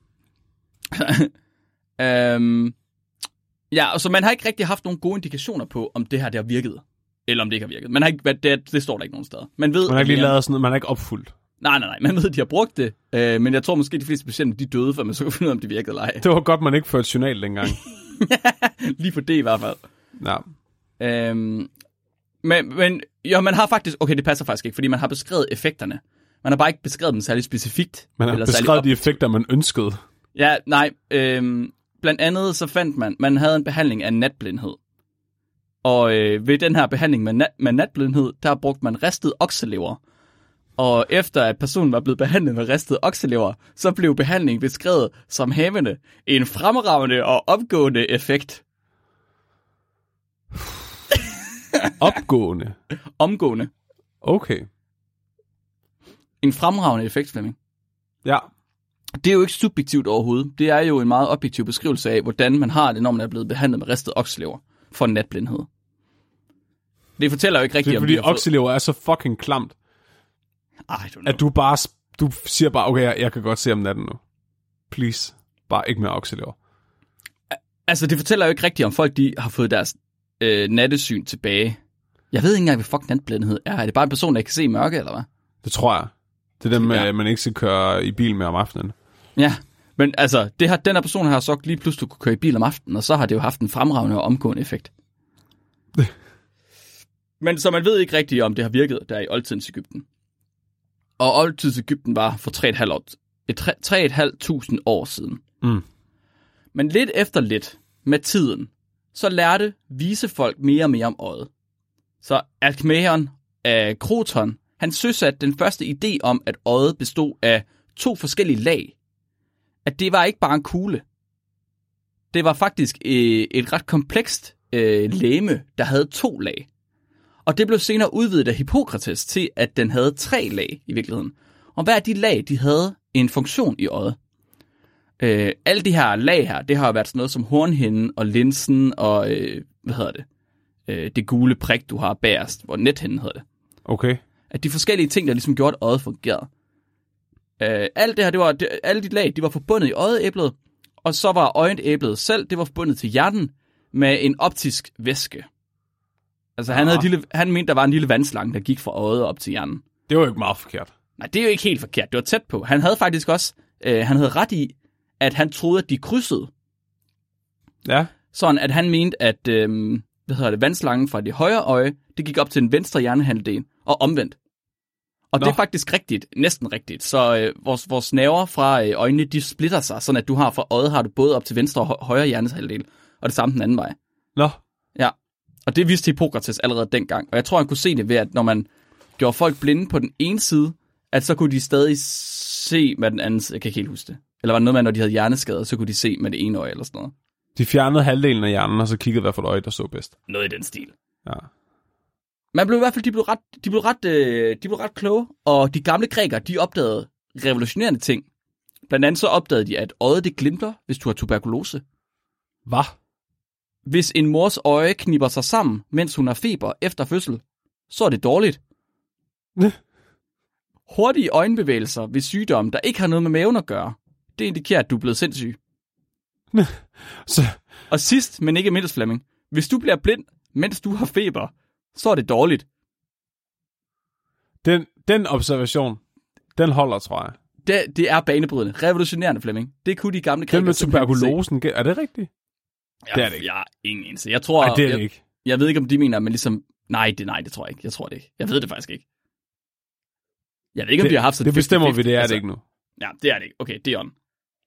Ja, og så man har ikke rigtig haft nogle gode indikationer på, om det her det har virket, eller om det ikke har virket. Man har ikke, det står der ikke nogen steder. Man har ikke lige lavet sådan noget, man har ikke opfuldt. Nej, man ved, at de har brugt det, men jeg tror måske, de fleste patienter, de døde, før man så kunne finde ud af, om det virkede eller ej. Det var godt, man ikke førte journal dengang. Lige for det i hvert fald. Ja. Men man har faktisk, okay, det passer faktisk ikke, fordi man har beskrevet effekterne. Man har bare ikke beskrevet dem særlig specifikt. Man har beskrevet de effekter, man ønskede. Ja, nej. Blandt andet så fandt man havde en behandling af natblindhed. Og ved den her behandling med natblindhed, der brugte man ristet okselever. Og efter at personen var blevet behandlet med ristet okselever, så blev behandlingen beskrevet som havende en fremragende og opgående effekt. Opgående? Omgående. Okay. En fremragende effekt, Flemming. Ja. Det er jo ikke subjektivt overhovedet. Det er jo en meget objektiv beskrivelse af, hvordan man har det, når man er blevet behandlet med ristet okselever for natblindhed. Det fortæller jo ikke rigtigt, om det er fordi okselever er så fucking klamt, at du siger bare, okay, jeg kan godt se om natten nu. Please, bare ikke mere okselever. Altså, det fortæller jo ikke rigtigt, om folk de har fået deres nattesyn tilbage. Jeg ved ikke engang, hvad fuck natblindhed er. Er det bare en person, der kan se i mørke, eller hvad? Det tror jeg. Det er dem, man ikke skal køre i bil med om aftenen. Ja, men altså, den her person har så lige pludselig kunne køre i bil om aftenen, og så har det jo haft en fremragende og omgående effekt. Men så man ved ikke rigtigt, om det har virket der i oldtidens Egypten. Og oldtidens Egypten var for 3.500 år siden. Mm. Men lidt efter lidt, med tiden, så lærte vise folk mere og mere om øjet. Så Alkmaeon af Kroton, han søsatte den første idé om, at øjet bestod af 2 forskellige lag. At det var ikke bare en kugle. Det var faktisk et ret komplekst legeme, der havde 2 lag. Og det blev senere udvidet af Hippokrates til, at den havde 3 lag i virkeligheden. Og hver af de lag, de havde en funktion i øjet. Alle de her lag her, det har jo været sådan noget som hornhinden og linsen og, det gule prik, du har bagerst, hvor nethinden hedder det. Okay. At de forskellige ting, der ligesom gjorde, at øjet fungerede. Alt det her, alle de lag, de var forbundet i øjeæblet, og så var øjenæblet selv, det var forbundet til hjernen med en optisk væske. Altså han mente, der var en lille vandslange, der gik fra øjet op til hjernen. Det var jo ikke meget forkert. Nej, det er jo ikke helt forkert. Det var tæt på. Han havde faktisk også, han havde ret i, at han troede, at de krydsede. Ja. Sådan, at han mente, at vandslangen fra det højre øje, det gik op til den venstre hjernehalvdel, og omvendt. Og det er faktisk rigtigt, næsten rigtigt. Så vores nerver fra øjnene, de splitter sig, sådan at du har fra øjet, har du både op til venstre og højre hjernehalvdel, og det samme den anden vej. Nå. Ja, og det vidste Hippokrates allerede dengang. Og jeg tror, han kunne se det ved, at når man gjorde folk blinde på den ene side, at så kunne de stadig se med den anden side. Jeg kan ikke helt huske det. Eller var det noget med, når de havde hjerneskader, så kunne de se med det ene øje eller sådan noget. De fjernede halvdelen af hjernen, og så kiggede hvad for et øje, der så bedst. Noget i den stil. Ja. Man blev i hvert fald, de blev ret kloge, og de gamle grækere, de opdagede revolutionerende ting. Blandt andet så opdagede de, at øjet det glimter, hvis du har tuberkulose. Hvad? Hvis en mors øje knipper sig sammen, mens hun har feber efter fødsel, så er det dårligt. Hurtige øjenbevægelser ved sygdomme, der ikke har noget med maven at gøre, det indikerer, at du er blevet sindssyg. Så, Og sidst, men ikke mindst, Flemming, hvis du bliver blind, mens du har feber, så er det dårligt. den observation, den holder, tror jeg. Det er banebrydende. Revolutionerende, Flemming. Det kunne de gamle Den med tuberkulosen, er det rigtigt? Det er det ikke. Jeg har ingen eneste. Jeg tror, Nej, det er det ikke. Jeg ved ikke, om de mener, men ligesom... Nej, det tror jeg ikke. Jeg tror det ikke. Jeg ved det faktisk ikke. Jeg ved ikke, om de har haft sådan... Det bestemmer vi, det er det ikke nu. Ja, det er det ikke. Okay, det er on.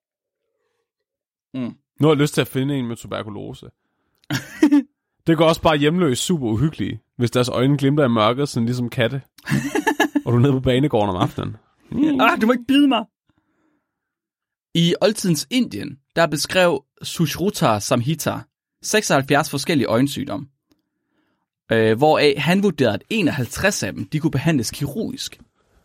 Nu har jeg lyst til at finde en med tuberkulose. Det går også bare hjemløs super uhyggeligt, hvis deres øjne glimter i mørket, sådan ligesom katte. Og du er nede på banegården om aftenen. Du må ikke bide mig! I oldtidens Indien, der beskrev Sushruta Samhita 76 forskellige øjensygdomme, hvoraf han vurderede, at 51 af dem, de kunne behandles kirurgisk.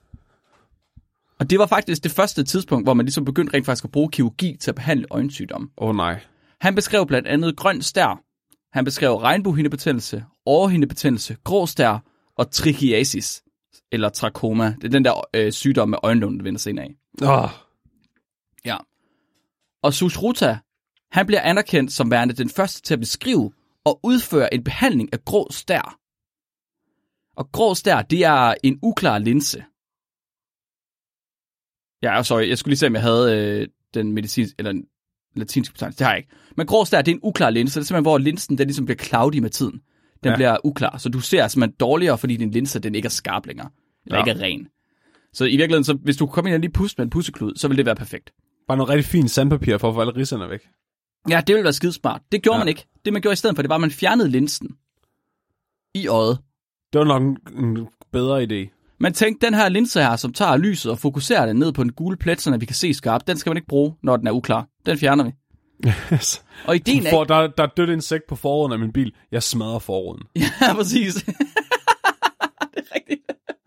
Og det var faktisk det første tidspunkt, hvor man ligesom begyndte rent faktisk at bruge kirurgi til at behandle øjensygdomme. Nej. Han beskrev blandt andet grøn stær. Han beskrev regnbuehindebetændelse, årehindebetændelse, grå stær og trichiasis, eller trakoma. Det er den der sygdom med øjenlågen, der vender sig ind af. Ja. Og Sushruta, han bliver anerkendt som værende den første til at beskrive og udføre en behandling af grå stær. Og grå stær, det er en uklar linse. Ja, sorry, jeg skulle lige se, om jeg havde den medicinske, eller den latinske betegnelse. Det har jeg ikke. Men grå stær, det er en uklar linse. Det er simpelthen, hvor linsen den ligesom bliver cloudy med tiden. Den bliver uklar, så du ser simpelthen dårligere, fordi din linse den ikke er skarp længere. Eller ikke er ren. Så i virkeligheden, så hvis du kommer ind og lige puste med en pusseklud, så vil det være perfekt. Bare noget rigtig fint sandpapir for at få alle ridserne væk. Ja, det ville være skidesmart. Det gjorde man ikke. Det man gjorde i stedet for, det var, at man fjernede linsen i øjet. Det var nok en bedre idé. Man tænkte, den her linse her, som tager lyset og fokuserer det ned på en gule plet, så vi kan se skarpt, den skal man ikke bruge, når den er uklar. Den fjerner vi. Yes. Og ideen er... Der er dødt insekt på forruden af min bil. Jeg smadrer forruden. Ja, præcis. Det er rigtigt.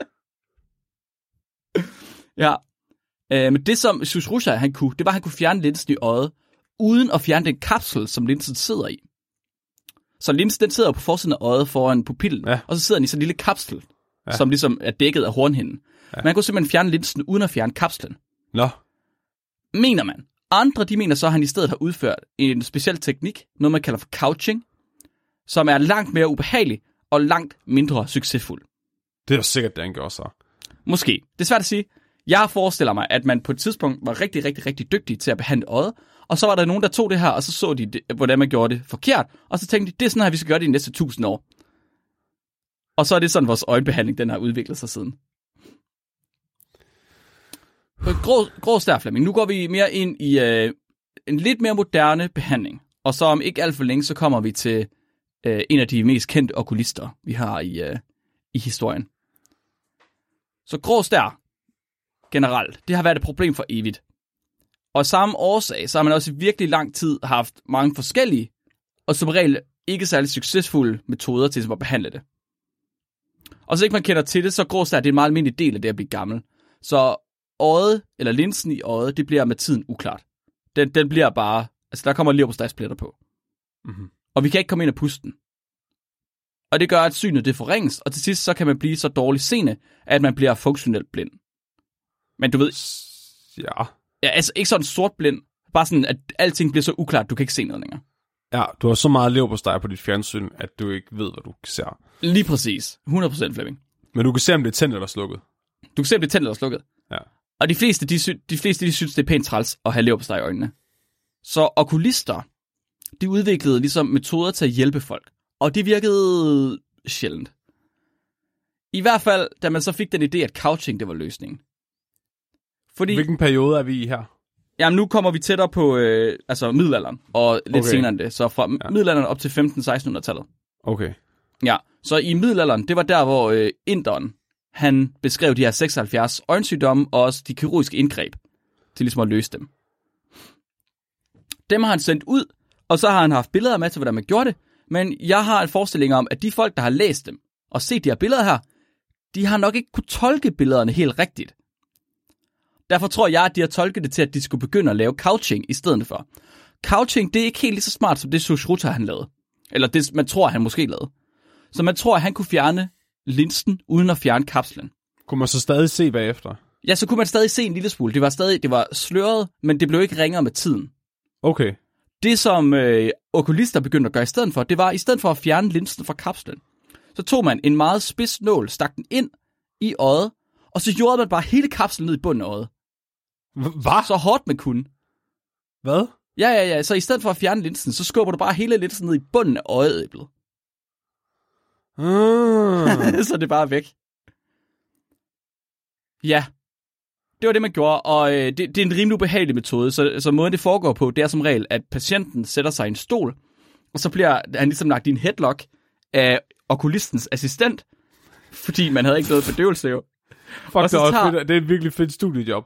Ja. Men det, som Sushruta han kunne, det var, at han kunne fjerne linsen i øjet, uden at fjerne den kapsel, som linsen sidder i. Så linsen, den sidder på forsiden af øjet foran pupillen, og så sidder den i sådan en lille kapsel, som ligesom er dækket af hornhinden. Ja. Man kunne simpelthen fjerne linsen, uden at fjerne kapslen. Nå. Mener man. Andre, de mener så, at han i stedet har udført en speciel teknik, noget man kalder for couching, som er langt mere ubehagelig og langt mindre succesfuld. Det er jo sikkert, det han gjorde så. Måske. Det er svært at sige. Jeg forestiller mig, at man på et tidspunkt var rigtig, rigtig, rigtig dygtig til at behandle øjet, og så var der nogen, der tog det her, og så de, hvordan man gjorde det forkert, og så tænkte de, det er sådan her, vi skal gøre det de næste 1000 år. Og så er det sådan, vores øjenbehandling, den har udviklet sig siden. På grå stær, Flemming. Nu går vi mere ind i en lidt mere moderne behandling. Og så om ikke alt for længe, så kommer vi til en af de mest kendte okulister, vi har i historien. Så grå stær, generelt, det har været et problem for evigt. Og samme årsag, så har man også i virkelig lang tid haft mange forskellige, og som regel ikke særlig succesfulde metoder til at behandle det. Og så ikke man kender til det, så grå stær, det er en meget almindelig del af det at blive gammel. Så øjet, eller linsen i øjet, det bliver med tiden uklart. Den bliver bare, altså der kommer leverpostejspletter på. Mm-hmm. Og vi kan ikke komme ind og puste den. Og det gør, at synet det forringes, og til sidst så kan man blive så dårligt seende, at man bliver funktionelt blind. Men du ved... Ja, altså ikke sådan sort blind, bare sådan, at alting bliver så uklart, du kan ikke se noget længere. Ja, du har så meget leverpostej på dit fjernsyn, at du ikke ved, hvad du ser. Lige præcis. 100% Flemming. Men du kan se, om det er tændt eller slukket. Du kan se, om det er tændt eller slukket. Ja. Og de fleste, de synes, det er pænt træls at have leverpostej i øjnene. Så okulister, de udviklede ligesom metoder til at hjælpe folk. Og det virkede sjældent. I hvert fald, da man så fik den idé, at couching, det var løsningen. Fordi, hvilken periode er vi i her? Jamen, nu kommer vi tættere på middelalderen, og lidt senere end det. Så fra middelalderen op til 1500-1600-tallet. Okay. Ja, så i middelalderen, det var der, hvor inderen, han beskrev de her 76 øjensygdomme, og også de kirurgiske indgreb, til ligesom at løse dem. Dem har han sendt ud, og så har han haft billeder med til, hvordan man gjorde det. Men jeg har en forestilling om, at de folk, der har læst dem, og set de her billeder her, de har nok ikke kunne tolke billederne helt rigtigt. Derfor tror jeg, at de har tolket det til, at de skulle begynde at lave couching i stedet for. Couching, det er ikke helt lige så smart, som det Sushruta han lavede. Eller det, man tror, han måske lavede. Så man tror, at han kunne fjerne linsen, uden at fjerne kapslen. Kunne man så stadig se bagefter? Ja, så kunne man stadig se en lille smule. Det var sløret, men det blev ikke ringere med tiden. Okay. Det, som okulister begyndte at gøre i stedet for, det var, i stedet for at fjerne linsen fra kapslen, så tog man en meget spids nål, stak den ind i øjet, og så gjorde man bare hele kapslen ned i bunden af øjet. Hvad? Så hårdt man kunne. Hvad? Ja. Så i stedet for at fjerne linsen, så skubber du bare hele linsen ned i bunden af øjeæblet. Så det er bare væk. Ja. Det var det, man gjorde, og det er en rimelig ubehagelig metode, så måden det foregår på, det er som regel, at patienten sætter sig i en stol, og så bliver han ligesom lagt i en headlock af okulistens assistent, fordi man havde ikke noget bedøvelse jo. Fuck, det er et virkelig fedt studiejob.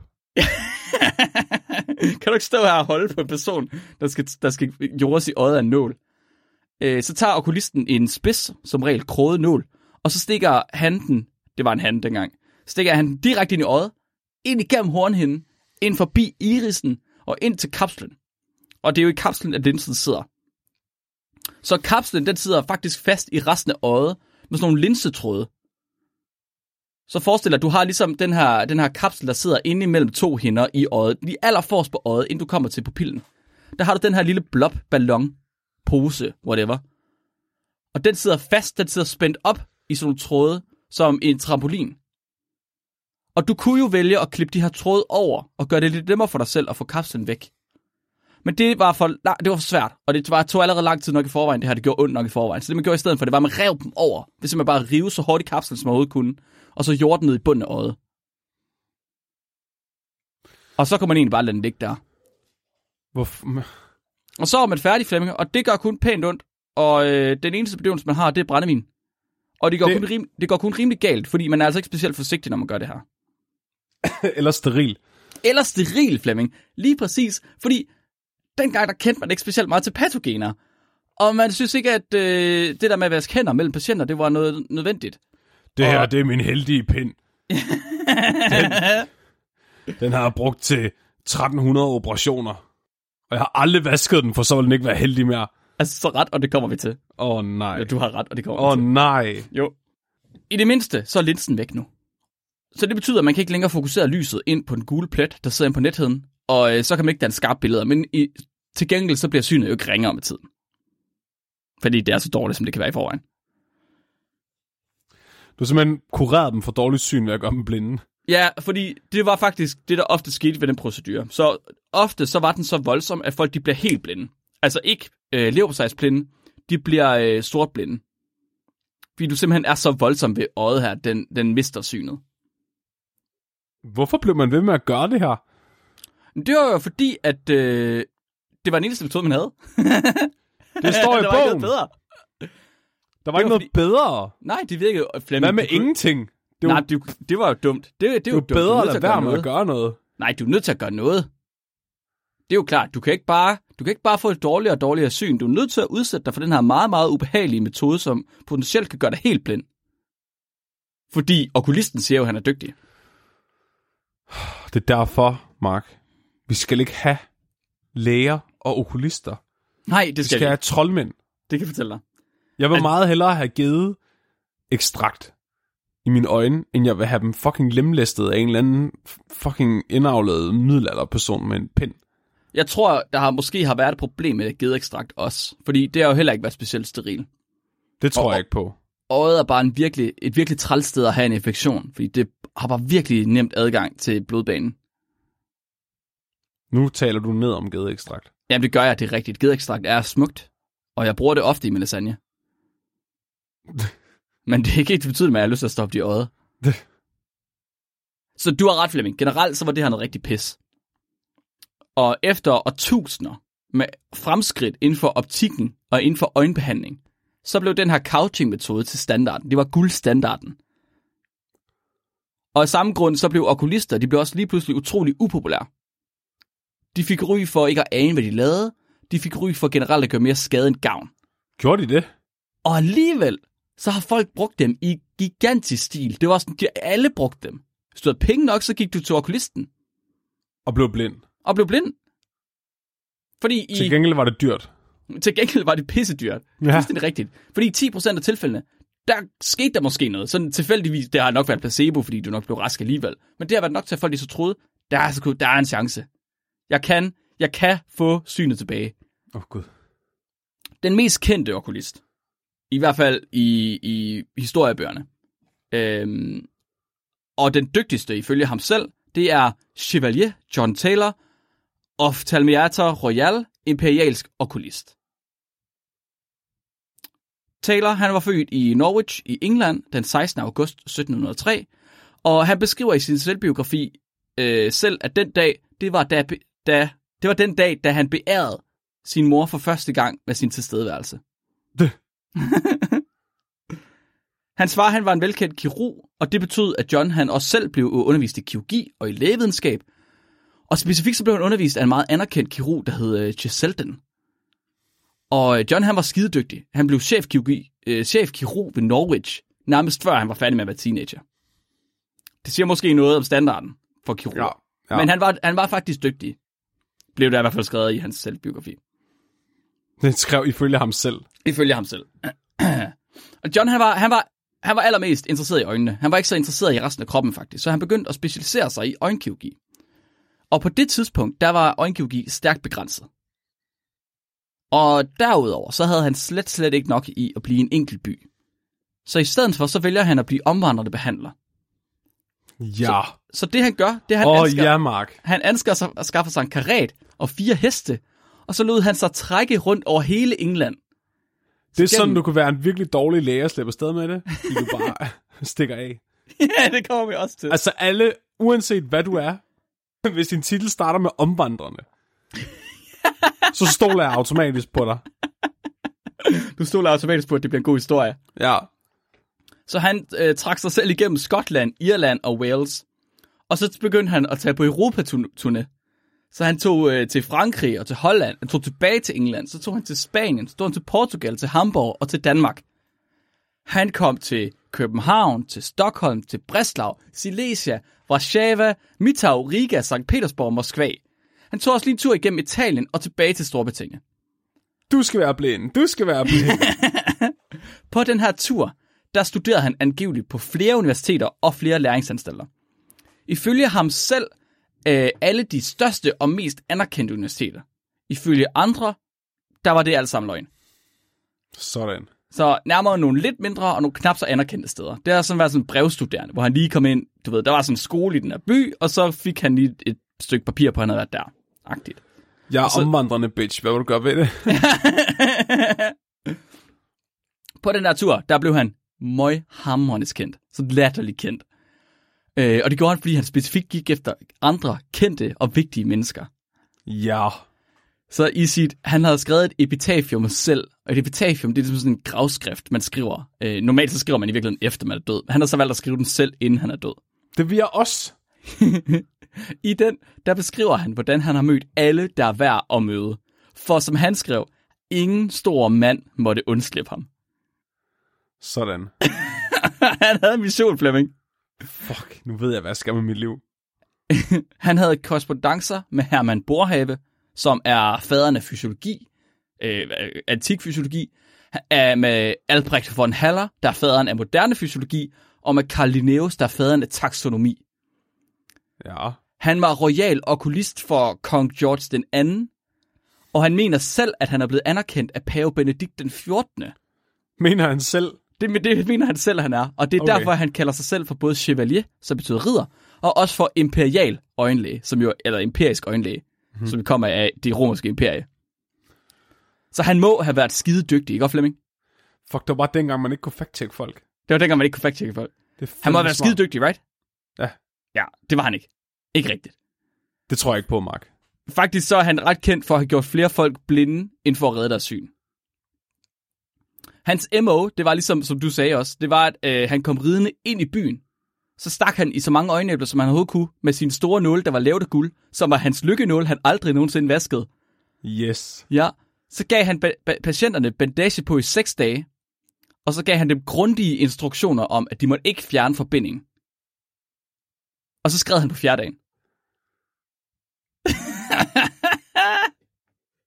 Kan du ikke stå her og holde på en person, der skal jordes i øjet af en nål? Så tager okulisten en spids, som regel kroget nål, og så stikker han den, det var en han dengang, stikker han den direkte ind i øjet, ind igennem hornhinden, ind forbi irisen og ind til kapslen. Og det er jo i kapslen, at linsen sidder. Så kapslen, den sidder faktisk fast i resten af øjet med sådan nogle linsetråde. Så forestil dig, at du har ligesom den her kapsel, der sidder inde imellem to hinder i øjet. Lige allerforrest på øjet, inden du kommer til pupillen. Der har du den her lille blob ballon, pose, whatever. Og den sidder fast, den sidder spændt op i sådan nogle tråde, som en trampolin. Og du kunne jo vælge at klippe de her tråde over, og gøre det lidt nemmere for dig selv at få kapslen væk. Men det var for svært, og det tog allerede lang tid nok i forvejen, det gjorde ondt nok i forvejen. Så det man gjorde i stedet for, det var, at man rev dem over. Det er simpelthen bare at rive så hårdt i kapslen, som man overhovedet kunne, og så jorde den ned i bunden af øjet. Og så kunne man egentlig bare lade den ligge der. Hvorfor? Og så er man færdig, Flemming, og det gør kun pænt ondt, og den eneste bedøvelse, man har, det er brændevin. Og det går kun rimelig galt, fordi man er altså ikke specielt forsigtig, når man gør det her. Eller steril. Eller steril, Flemming. Lige præcis, fordi dengang der kendte man ikke specielt meget til patogener. Og man synes ikke, at det der med at vaske hænder mellem patienter, det var noget nødvendigt. Det her, det er min heldige pind. Den har jeg brugt til 1300 operationer. Og jeg har aldrig vasket den, for så vil den ikke være heldig mere. Altså, så ret, og det kommer vi til. Nej. Ja, du har ret, og det kommer vi til. Nej. Jo. I det mindste, så er linsen væk nu. Så det betyder, at man kan ikke længere fokusere lyset ind på den gule plet, der sidder inde på netheden. Og så kan man ikke danne skarpe billeder. Men til gengæld, så bliver synet jo ikke ringere med tiden. Fordi det er så dårligt, som det kan være i forvejen. Du har simpelthen kureret dem for dårligt syn ved at gøre dem blinde. Ja, fordi det var faktisk det, der ofte skete ved den procedure. Så ofte så var den så voldsom, at folk de bliver helt blinde. Altså ikke leverpostejsblinde, de bliver sortblinde. Fordi du simpelthen er så voldsom ved øjet her, den mister synet. Hvorfor blev man ved med at gøre det her? Det var jo fordi, at det var den eneste metode, man havde. Det står i der bogen. Var ikke noget bedre. Der var ikke noget bedre. Nej, det virkede jo... Hvad med ingenting? Det var jo dumt. Det var bedre at lade være med at gøre noget. Nej, du er nødt til at gøre noget. Det er jo klart, du kan ikke bare få et dårligere og dårligere syn. Du er nødt til at udsætte dig for den her meget, meget ubehagelige metode, som potentielt kan gøre dig helt blind. Fordi okulisten siger jo, at han er dygtig. Det er derfor, Mark. Vi skal ikke have læger og okulister. Nej, det skal vi have troldmænd. Det kan jeg fortælle dig. Jeg vil meget hellere have givet ekstrakt i mine øjne, end jeg vil have dem fucking lemlæstet af en eller anden fucking indavlet middelalderperson med en pind. Jeg tror, der måske har været et problem med gedekstrakt også, fordi det har jo heller ikke været specielt steril. Det tror jeg ikke på. Øjet er bare et virkelig træls sted at have en infektion, fordi det har bare virkelig nemt adgang til blodbanen. Nu taler du ned om gedekstrakt. Jamen det gør jeg, det er rigtigt. Gedekstrakt er smukt, og jeg bruger det ofte i min lasagne. Men det er ikke helt betydeligt, at jeg har lyst til at stoppe det i øjet. Så du har ret, Flemming. Generelt så var det her noget rigtig pis. Og efter årtusinder med fremskridt inden for optikken og inden for øjenbehandling, så blev den her couching-metode til standarden. Det var guldstandarden. Og af samme grund, så blev okulister, de blev også lige pludselig utrolig upopulære. De fik ry for ikke at ane, hvad de lavede. De fik ry for generelt at gøre mere skade end gavn. Gjorde de det? Og alligevel, så har folk brugt dem i gigantisk stil. Det var sådan, de alle brugte dem. Hvis du havde penge nok, så gik du til okulisten. Og blev blind. Fordi til gengæld var det dyrt. Til gengæld var det pissedyrt. Det er fuldstændig rigtigt. Fordi 10% af tilfældene, der skete der måske noget. Sådan tilfældigvis, det har nok været placebo, fordi du nok blev rask alligevel. Men det har været nok til, at folk de så troede, der er en chance. Jeg kan få synet tilbage. Gud. Den mest kendte okulist, i hvert fald i historiebøgerne, og den dygtigste ifølge ham selv, det er Chevalier John Taylor, Oftalmiator Royal, imperialsk okulist. Taylor, han var født i Norwich i England den 16. august 1703, og han beskriver i sin selvbiografi selv, at den dag, det var den dag, da han beærede sin mor for første gang med sin tilstedeværelse. Hans far, han var en velkendt kirurg, og det betød, at John han også selv blev undervist i kirurgi og i lægevidenskab. Og specifikt så blev han undervist af en meget anerkendt kirurg, der hed Cheselden. Og John han var skidedygtig. Han blev chefkirurg ved Norwich, nærmest før han var færdig med at være teenager. Det siger måske noget om standarden for kirurg. Ja. Men han var faktisk dygtig. Blev der i hvert fald skrevet i hans selvbiografi. Det skrev ifølge ham selv. Ifølge ham selv. Og John han var allermest interesseret i øjnene. Han var ikke så interesseret i resten af kroppen faktisk, så han begyndte at specialisere sig i øjenkirurgi. Og på det tidspunkt, der var øjenkirurgi stærkt begrænset. Og derudover, så havde han slet ikke nok i at blive en enkelt by. Så i stedet for, så vælger han at blive omvandrende behandler. Ja. Så det han gør, det han anskaffer sig en karet og 4 heste, og så lod han sig trække rundt over hele England. Det er sådan, du kunne være en virkelig dårlig læge og slippe afsted med det, fordi du bare stikker af. Ja, det kommer vi også til. Altså alle, uanset hvad du er, hvis din titel starter med omvandrende, så stoler jeg automatisk på dig. Du stoler automatisk på, at det bliver en god historie. Ja. Så han trak sig selv igennem Skotland, Irland og Wales. Og så begyndte han at tage på Europa-turné. Så han tog til Frankrig og til Holland. Han tog tilbage til England. Så tog han til Spanien. Så tog han til Portugal, til Hamburg og til Danmark. Han kom til København, til Stockholm, til Breslau, Silesia, Warszawa, Mitau, Riga, St. Petersborg og Moskva. Han tog også lige en tur igennem Italien og tilbage til Storbritannien. Du skal være blind. På den her tur, der studerede han angiveligt på flere universiteter og flere læringsanstalter. Ifølge ham selv, alle de største og mest anerkendte universiteter. Ifølge andre, der var det alt sammen løgn. Sådan. Så nærmere nogle lidt mindre og nogle knap så anerkendte steder. Det har sådan været sådan en brevstuderende, hvor han lige kom ind, du ved, der var sådan en skole i den her by, og så fik han lige et stykke papir på, at han havde været der. Agtigt. Jeg er omvandrende bitch, hvad vil du gøre ved det? På den her tur, der blev han møghamrende kendt. Så latterligt kendt. Og det gjorde han, fordi han specifikt gik efter andre kendte og vigtige mennesker. Ja. Så han havde skrevet et epitafium selv. Og et epitafium, det er sådan en gravskrift, man skriver. Normalt så skriver man i virkeligheden efter, man er død. Han har så valgt at skrive den selv, inden han er død. Det vil jeg også. I den, der beskriver han, hvordan han har mødt alle, der er værd at møde. For som han skrev, ingen stor mand måtte undslippe ham. Sådan. Han havde en mission, Flemming. Fuck, nu ved jeg, hvad jeg skal med mit liv. Han havde korrespondancer med Hermann Boerhaave, som er faderen af fysiologi, antik fysiologi, med Albrecht von Haller, der er faderen af moderne fysiologi, og med Carl Linnaeus, der er faderen af taksonomi. Ja. Han var royal okulist for kong George den anden, og han mener selv, at han er blevet anerkendt af pave Benedikt den 14. Mener han selv? Det mener han selv, han er. Og det er derfor, han kalder sig selv for både chevalier, som betyder ridder, og også for imperial øjenlæge, eller imperisk øjenlæge, som kommer af det romerske imperie. Så han må have været skide dygtig, ikke, Flemming? Fuck, det var bare dengang, man ikke kunne fact-check folk. Det var dengang, man ikke kunne fact-checke folk. Han må have været skide dygtig, right? Ja. Ja, det var han ikke. Ikke rigtigt. Det tror jeg ikke på, Mark. Faktisk så er han ret kendt for at have gjort flere folk blinde, end for at redde deres syn. Hans MO, det var ligesom, som du sagde også, det var, at han kom ridende ind i byen. Så stak han i så mange øjenæbler, som han overhovedet kunne, med sin store nåle, der var lavet af guld, som var hans lykkenåle, han aldrig nogensinde vaskede. Yes. Ja, så gav han patienterne bandage på i 6 dage, og så gav han dem grundige instruktioner om, at de måtte ikke fjerne forbindingen. Og så skrev han på 4. dagen.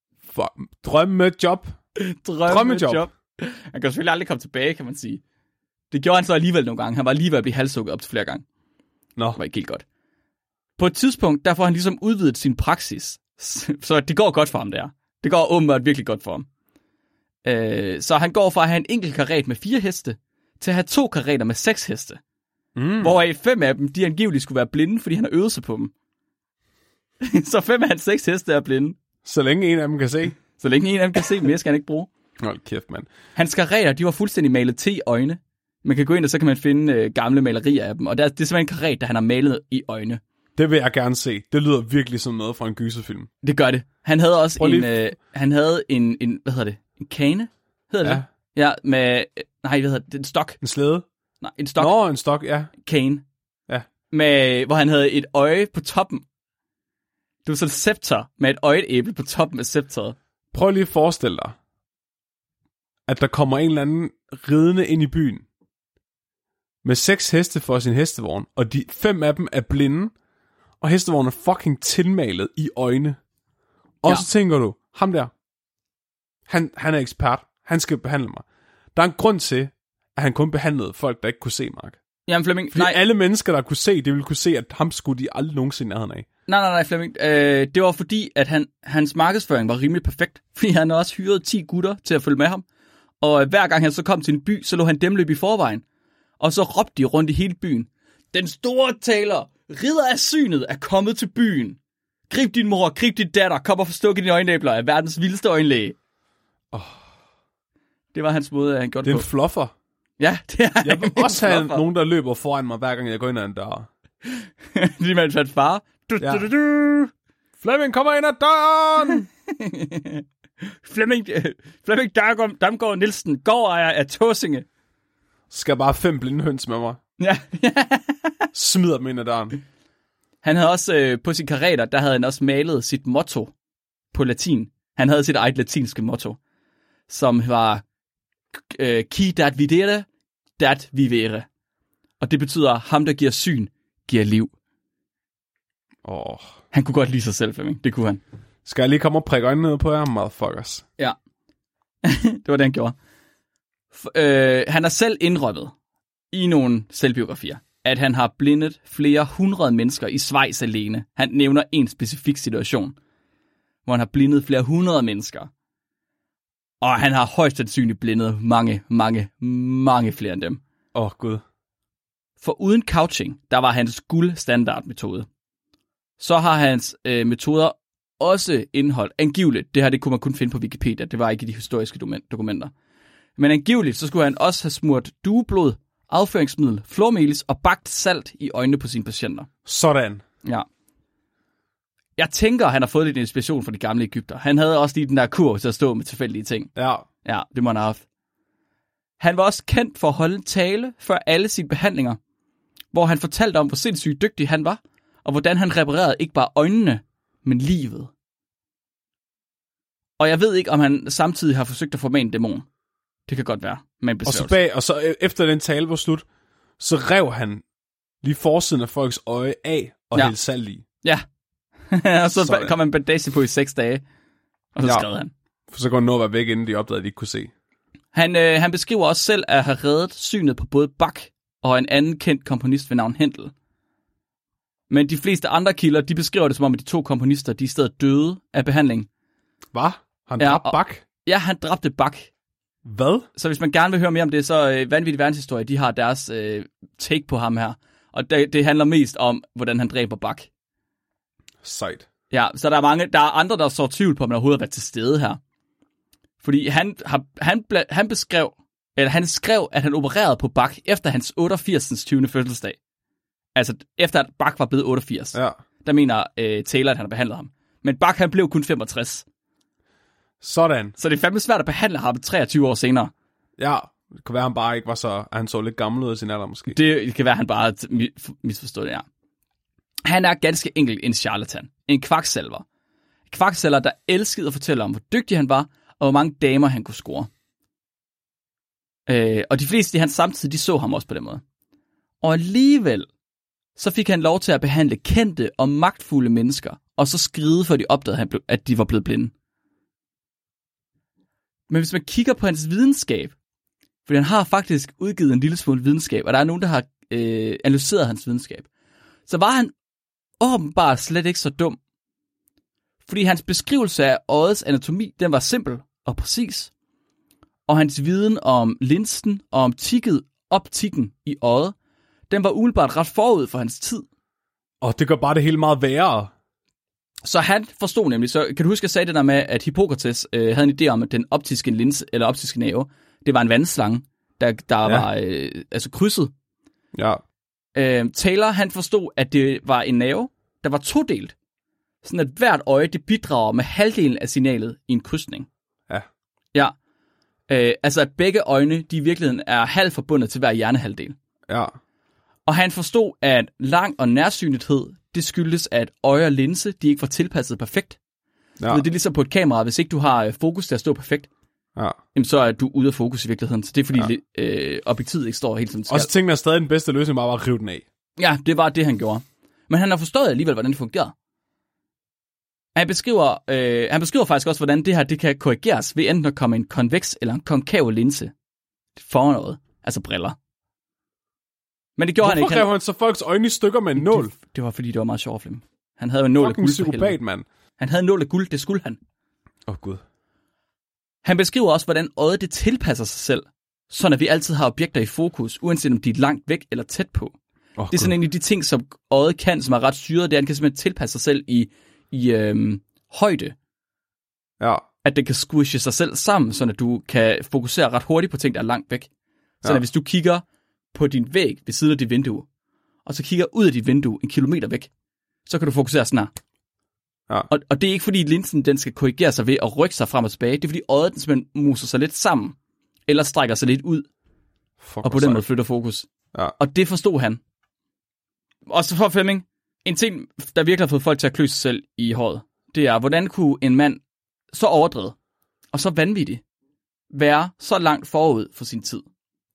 Drømmejob. Drømmejob. Han kan selvfølgelig aldrig komme tilbage, kan man sige. Det gjorde han så alligevel nogle gange. Han var lige ved at blive halshugget op til flere gange. Nå. Det var ikke helt godt. På et tidspunkt, der får han ligesom udvidet sin praksis. Så det går godt for ham der. Det går åbenbart virkelig godt for ham. Så han går fra at have en enkelt karet med 4 heste, til at have 2 kareter med 6 heste. Hvoraf 5 af dem, de angiveligt skulle være blinde, fordi han har øvet sig på dem. Så 5 af hans 6 heste er blinde. Så længe en af dem kan se. Så længe en af dem kan se, mere skal han ikke bruge. Hold kæft, mand. Hans kareter, de var fuldstændig malet til i øjne. Man kan gå ind, og så kan man finde gamle malerier af dem. Og det er simpelthen en karet, der han har malet i øjne. Det vil jeg gerne se. Det lyder virkelig som noget fra en gyserfilm. Det gør det. Han havde også han havde en hvad hedder det? En kane? Hedder det? Ja, med... Nej, hvad hedder det? En stok. En slæde? Nej, en stok. Nå, en stok, ja. Kane. Ja. Hvor han havde et øje på toppen. Det var sådan et scepter med et øjeæble på toppen af scepteret. Prøv lige at forestille dig, at der kommer en eller anden ridende ind i byen med 6 heste for sin hestevogn, og de 5 af dem er blinde, og hestevognen er fucking tilmalet i øjne. Og så tænker du, ham der, han er ekspert, han skal behandle mig. Der er en grund til, at han kun behandlede folk, der ikke kunne se, Mark. Jamen Flemming, fordi alle mennesker, der kunne se, det ville kunne se, at ham skulle de aldrig nogensinde nærheden af. Nej, Flemming. Det var fordi, at hans markedsføring var rimelig perfekt. Fordi han også hyrede 10 gutter til at følge med ham. Og hver gang han så kom til en by, så lå han dem løb i forvejen. Og så råbte de rundt i hele byen. Den store taler, ridder af synet, er kommet til byen. Grib din mor, grib din datter, kom og forstukke dine øjenæbler af verdens vildeste øjenlæge. Det var hans måde, at han gjorde det på. Det er en fluffer. Ja, det er jeg vil også have nogen, der løber foran mig, hver gang jeg går ind ad en dør. Lige med en fat far. Flemming kommer ind ad døren! Flemming Damgaard Nielsen, gårdejer af Tåsinge. Skal bare 5 blinde høns med mig. Ja. Smider dem ind ad døren. Han havde også på sin kareter, der havde han også malet sit motto på latin. Han havde sit eget latinske motto, som var qui dat videre, dat vivere. Og det betyder, ham der giver syn, giver liv. Han kunne godt lide sig selv, Flemming. Det kunne han. Skal jeg lige komme og prikke øjnene ned på jer, motherfuckers? Ja. Det var det, han gjorde. Han har selv indrømmet i nogle selvbiografier, at han har blindet flere 100 mennesker i Schweiz alene. Han nævner en specifik situation, hvor han har blindet flere 100 mennesker. Og han har højst sandsynligt blindet mange flere end dem. Gud. For uden couching, der var hans guldstandardmetode. Så har hans metoder også indeholdt, angiveligt, det kunne man kun finde på Wikipedia, det var ikke i de historiske dokumenter. Men angiveligt, så skulle han også have smurt dueblod, afføringsmiddel, flormelis og bagt salt i øjnene på sine patienter. Sådan. Ja. Jeg tænker, han har fået lidt inspiration fra de gamle Egypter. Han havde også lige den der kurv til at stå med tilfældige ting. Ja. Ja, det må han have haft. Han var også kendt for at holde en tale før alle sine behandlinger, hvor han fortalte om, hvor sindssygt dygtig han var, og hvordan han reparerede ikke bare øjnene, men livet. Og jeg ved ikke, om han samtidig har forsøgt at formane en dæmon. Det kan godt være, med en besværgelse. Og så efter den tale var slut, så rev han lige forsiden af folks øje af og hældte salt i. Ja. Og så kom han bandage på i 6 dage, og så skrev han. For så kunne han nå at være væk, inden de opdagede, at de ikke kunne se. Han beskriver også selv at have reddet synet på både Bach og en anden kendt komponist ved navn Händel. Men de fleste andre kilder, de beskriver det som om, at de 2 komponister, de er i stedet døde af behandling. Hvad? Han dræbte Bach? Ja, han dræbte Bach. Hvad? Så hvis man gerne vil høre mere om det, så Vanvittig Verdenshistorie, de har deres take på ham her. Og det handler mest om, hvordan han dræber Bach. Sejt. Ja, så der er andre, der så tvivl på, om han overhovedet har været til stede her. Fordi han skrev, at han opererede på Bach efter hans 88. 20. fødselsdag. Altså efter at Bach var blevet 88. Ja. Der mener Taylor, at han har behandlet ham. Men Bach, han blev kun 65. Sådan. Så det er fandme svært at behandle ham 23 år senere. Ja, det kan være, han bare ikke var så... Han så lidt gammel ud af sin alder, måske. Det kan være, han bare misforstod det, ja. Han er ganske enkelt en charlatan. En kvaksalver. En kvaksalver, der elskede at fortælle om, hvor dygtig han var, og hvor mange damer han kunne score. Og de fleste i hans samtid, de så ham også på den måde. Og alligevel, så fik han lov til at behandle kendte og magtfulde mennesker, og så skride, før de opdagede, at de var blevet blinde. Men hvis man kigger på hans videnskab, Fordi han har faktisk udgivet en lille smule videnskab, og der er nogen, der har analyseret hans videnskab. Så var han åbenbart slet ikke så dum. Fordi hans beskrivelse af øjets anatomi, den var simpel og præcis. Og hans viden om linsen og om optikken i øjet, den var umiddelbart ret forud for hans tid. Og det gør bare det hele meget værre. Så han forstod nemlig, så kan du huske, at jeg sagde det der med, at Hippokrates havde en idé om, at den optiske linse, eller optiske nerve, det var en vandslange, der var krydset. Ja. Taylor, han forstod, at det var en nerve, der var todelt. Sådan at hvert øje, det bidrager med halvdelen af signalet i en krydsning. Ja. Ja. Altså at begge øjne, de i virkeligheden er halvt forbundet til hver hjernehalvdel. Ja. Og han forstod, at lang- og nærsynlighed, det skyldes, at øje og linse, de ikke var tilpasset perfekt. Ja. Det er ligesom på et kamera, hvis ikke du har fokus til at stå perfekt, Ja. jamen, så er du ude af fokus i virkeligheden. Så det er fordi objektivet ikke står helt som det skal. Og så tænkte jeg stadig, den bedste løsning var at rive den af. Ja, det var det, han gjorde. Men han har forstået alligevel, hvordan det fungerede. Han beskriver faktisk også, hvordan det her det kan korrigeres ved enten at komme en konveks eller en konkav linse foran øjet. Altså briller. Men det gjorde han ikke. Hvorfor rev han så folks øjne i stykker med en nål? Det var fordi, det var meget sjovt, Flemming. Han havde jo en nål af guld. Psykopat, mand. Han havde en nål af guld, det skulle han. Gud. Han beskriver også, hvordan øjet det tilpasser sig selv, sådan at vi altid har objekter i fokus, uanset om de er langt væk eller tæt på. Det er sådan en af de ting, som øjet kan, som er ret syret, det er, at han kan simpelthen tilpasse sig selv i højde. Ja. At det kan squishe sig selv sammen, så at du kan fokusere ret hurtigt på ting, der er langt væk. Så hvis du kigger på din væg ved siden af dit vindue, og så kigger ud af dit vindue en kilometer væk, så kan du fokusere sådan her. Ja. Og det er ikke fordi linsen den skal korrigere sig ved at rykke sig frem og tilbage. Det er fordi øjet den simpelthen muser sig lidt sammen, eller strækker sig lidt ud, og på den måde flytter fokus. Ja. Og det forstod han. Og så for Flemming, en ting, der virkelig har fået folk til at klø sig selv i håret, det er, hvordan kunne en mand så overdrevet og så vanvittig være så langt forud for sin tid?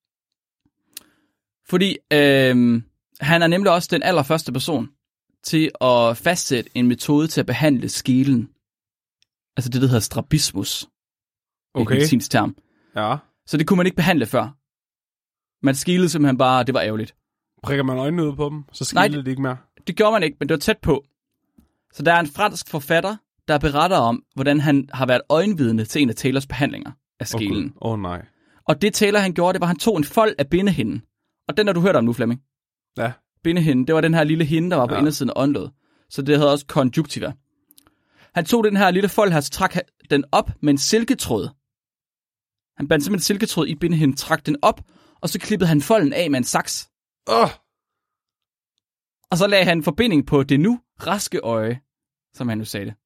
Fordi han er nemlig også den allerførste person til at fastsætte en metode til at behandle skelen. Altså det, der hedder strabismus. Okay. I medicinsk term. Ja. Så det kunne man ikke behandle før. Man skilede simpelthen bare, det var ærgerligt. Prikker man øjnene ud på dem, så skilede det ikke mere? Det gjorde man ikke, men det var tæt på. Så der er en fransk forfatter, der beretter om, hvordan han har været øjenvidne til en af Taylors behandlinger af skelen. Nej. Og det Taylor han gjorde, det var, at han tog en fold af bindehinden. Og den har du hørt om nu, Flemming. Ja. Bindehinden, det var den her lille hinde, der var på indersiden af øjenlåget. Så det hedder også conjunctiva. Han tog den her lille fold her, så trak den op med en silketråd. Han bandt simpelthen silketråd i bindehinden, trak den op, og så klippede han folden af med en saks. Og så lagde han en forbinding på det nu raske øje, som han nu sagde det.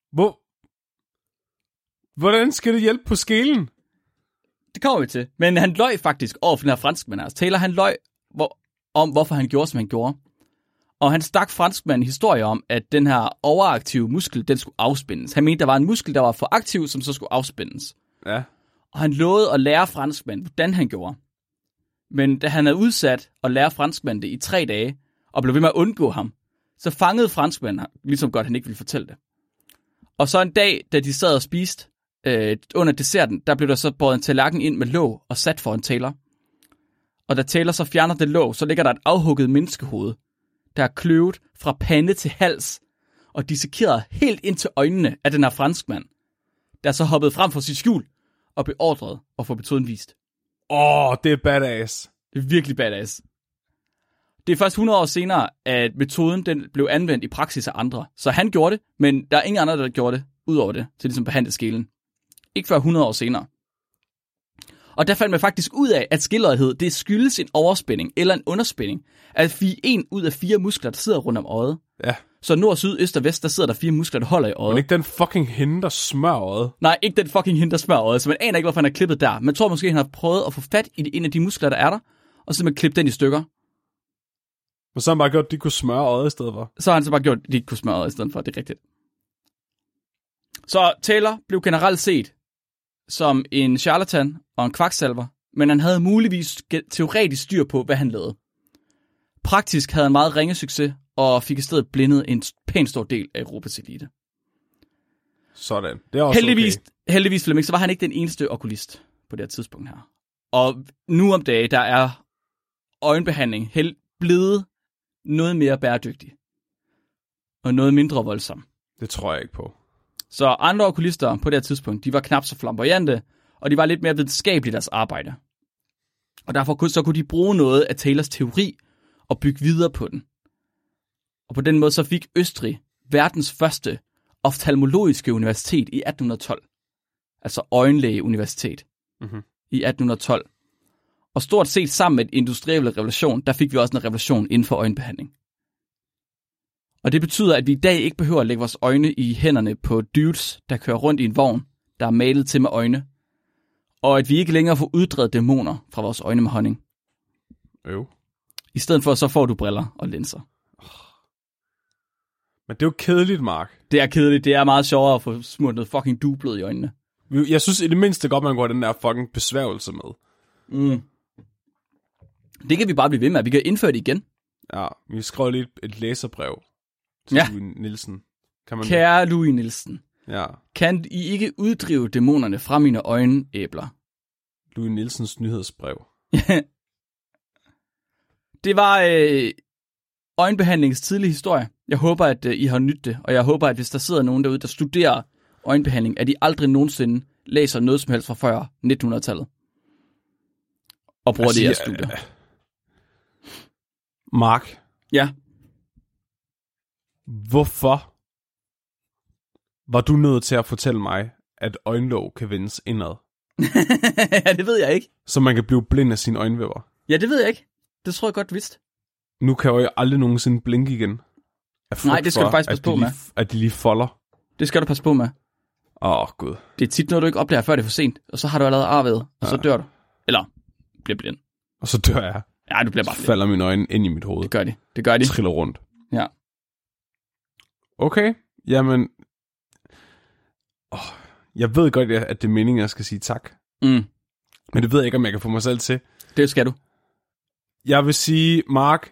Hvordan skal det hjælpe på skelen? Det kommer vi til. Men han løj faktisk over for den her franskmand. Altså Taylor, han løj om, hvorfor han gjorde, som han gjorde. Og han stak franskmanden historie om, at den her overaktive muskel, den skulle afspændes. Han mente, der var en muskel, der var for aktiv, som så skulle afspændes. Ja. Og han lovede at lære franskmanden, hvordan han gjorde. Men da han havde udsat at lære franskmanden det i 3 dage, og blev ved med at undgå ham, så fangede franskmanden ligesom godt, han ikke ville fortælle det. Og så en dag, da de sad og spiste, under desserten, der blev der så båret en tallerken ind med låg og sat for en Taylor. Og da Taylor så fjerner det låg, så ligger der et afhugget menneskehoved, der er kløvet fra pande til hals, og dissekeret helt ind til øjnene af den her franskmand, der så hoppede frem for sit skjul og beordrede at få metoden vist. Det er badass. Det er virkelig badass. Det er først 100 år senere, at metoden den blev anvendt i praksis af andre. Så han gjorde det, men der er ingen andre, der gjorde det, udover det, til ligesom behandle skelen. Ikke før 100 år senere. Og der fandt man faktisk ud af, at skildrethed, det skyldes en overspænding eller en underspænding. At 1 ud af 4 muskler, der sidder rundt om øjet. Ja. Så nord, syd, øst og vest, der sidder der 4 muskler, der holder i øjet. Men ikke den fucking hende, der smører øjet. Nej, ikke den fucking hende, der smører øjet. Så man aner ikke, hvorfor han har klippet der. Man tror måske, han har prøvet at få fat i en af de muskler, der er der, og så man klippet den i stykker. Og så har han bare gjort, at de kunne smøre øjet i stedet for. Så har han så bare gjort, at de ikke kunne smøre øjet i stedet for. Det er rigtigt. Så Taylor blev generelt set som en charlatan og en kvaksalver, men han havde muligvis teoretisk styr på, hvad han lavede. Praktisk havde han meget ringe succes, og fik i stedet blindet en pænt stor del af Europas elite. Sådan. Det er også heldigvis, Flemming, så var han ikke den eneste okulist på det her tidspunkt her. Og nu om dagen, der er øjenbehandling blevet noget mere bæredygtig. Og noget mindre voldsom. Det tror jeg ikke på. Så andre okulister på det her tidspunkt, de var knap så flamboyante, og de var lidt mere videnskabelige i deres arbejde. Og derfor så kunne de bruge noget af Taylors teori og bygge videre på den. Og på den måde så fik Østrig verdens første oftalmologiske universitet i 1812. Altså øjenlægeuniversitet i 1812. Og stort set sammen med en industriel revolution, der fik vi også en revolution inden for øjenbehandling. Og det betyder, at vi i dag ikke behøver at lægge vores øjne i hænderne på dudes, der kører rundt i en vogn, der er malet til med øjne. Og at vi ikke længere får uddrevet dæmoner fra vores øjne med honning. I stedet for, så får du briller og linser. Men det er jo kedeligt, Mark. Det er kedeligt. Det er meget sjovere at få smurt noget fucking dueblod i øjnene. Jeg synes i det mindste godt, man går den der fucking besværgelse med. Det kan vi bare blive ved med. Vi kan indføre det igen. Ja, vi skriver lige et læserbrev til Louis Nielsen. Kære Louis Nielsen. Ja. Kan I ikke uddrive dæmonerne fra mine øjenæbler? Louis Nielsens nyhedsbrev. Det var øjenbehandlingens tidlige historie. Jeg håber, at I har nydt det, og jeg håber, at hvis der sidder nogen derude, der studerer øjenbehandling, at de aldrig nogensinde læser noget som helst fra før 1900-tallet. Og bruger det i jeres studier. Mark? Ja? Hvorfor var du nødt til at fortælle mig, at øjenlåg kan vendes indad? Ja, det ved jeg ikke. Så man kan blive blind af sine øjenvipper? Ja, det ved jeg ikke. Det tror jeg godt vidst. Nu kan jeg jo aldrig nogensinde blinke igen. Nej, det skal du faktisk passe på med. At de lige folder. Det skal du passe på med. Gud. Det er tit noget, du ikke opdager, før det er for sent. Og så har du allerede arvet, og så dør du. Eller bliver blind. Og så dør jeg. Ja, du bliver bare blind. Så falder mine øjne ind i mit hoved. Det gør de. Triller rundt. Ja. Okay, jamen... jeg ved godt, at det er meningen, at jeg skal sige tak. Men det ved jeg ikke, om jeg kan få mig selv til. Det skal du. Jeg vil sige, Mark...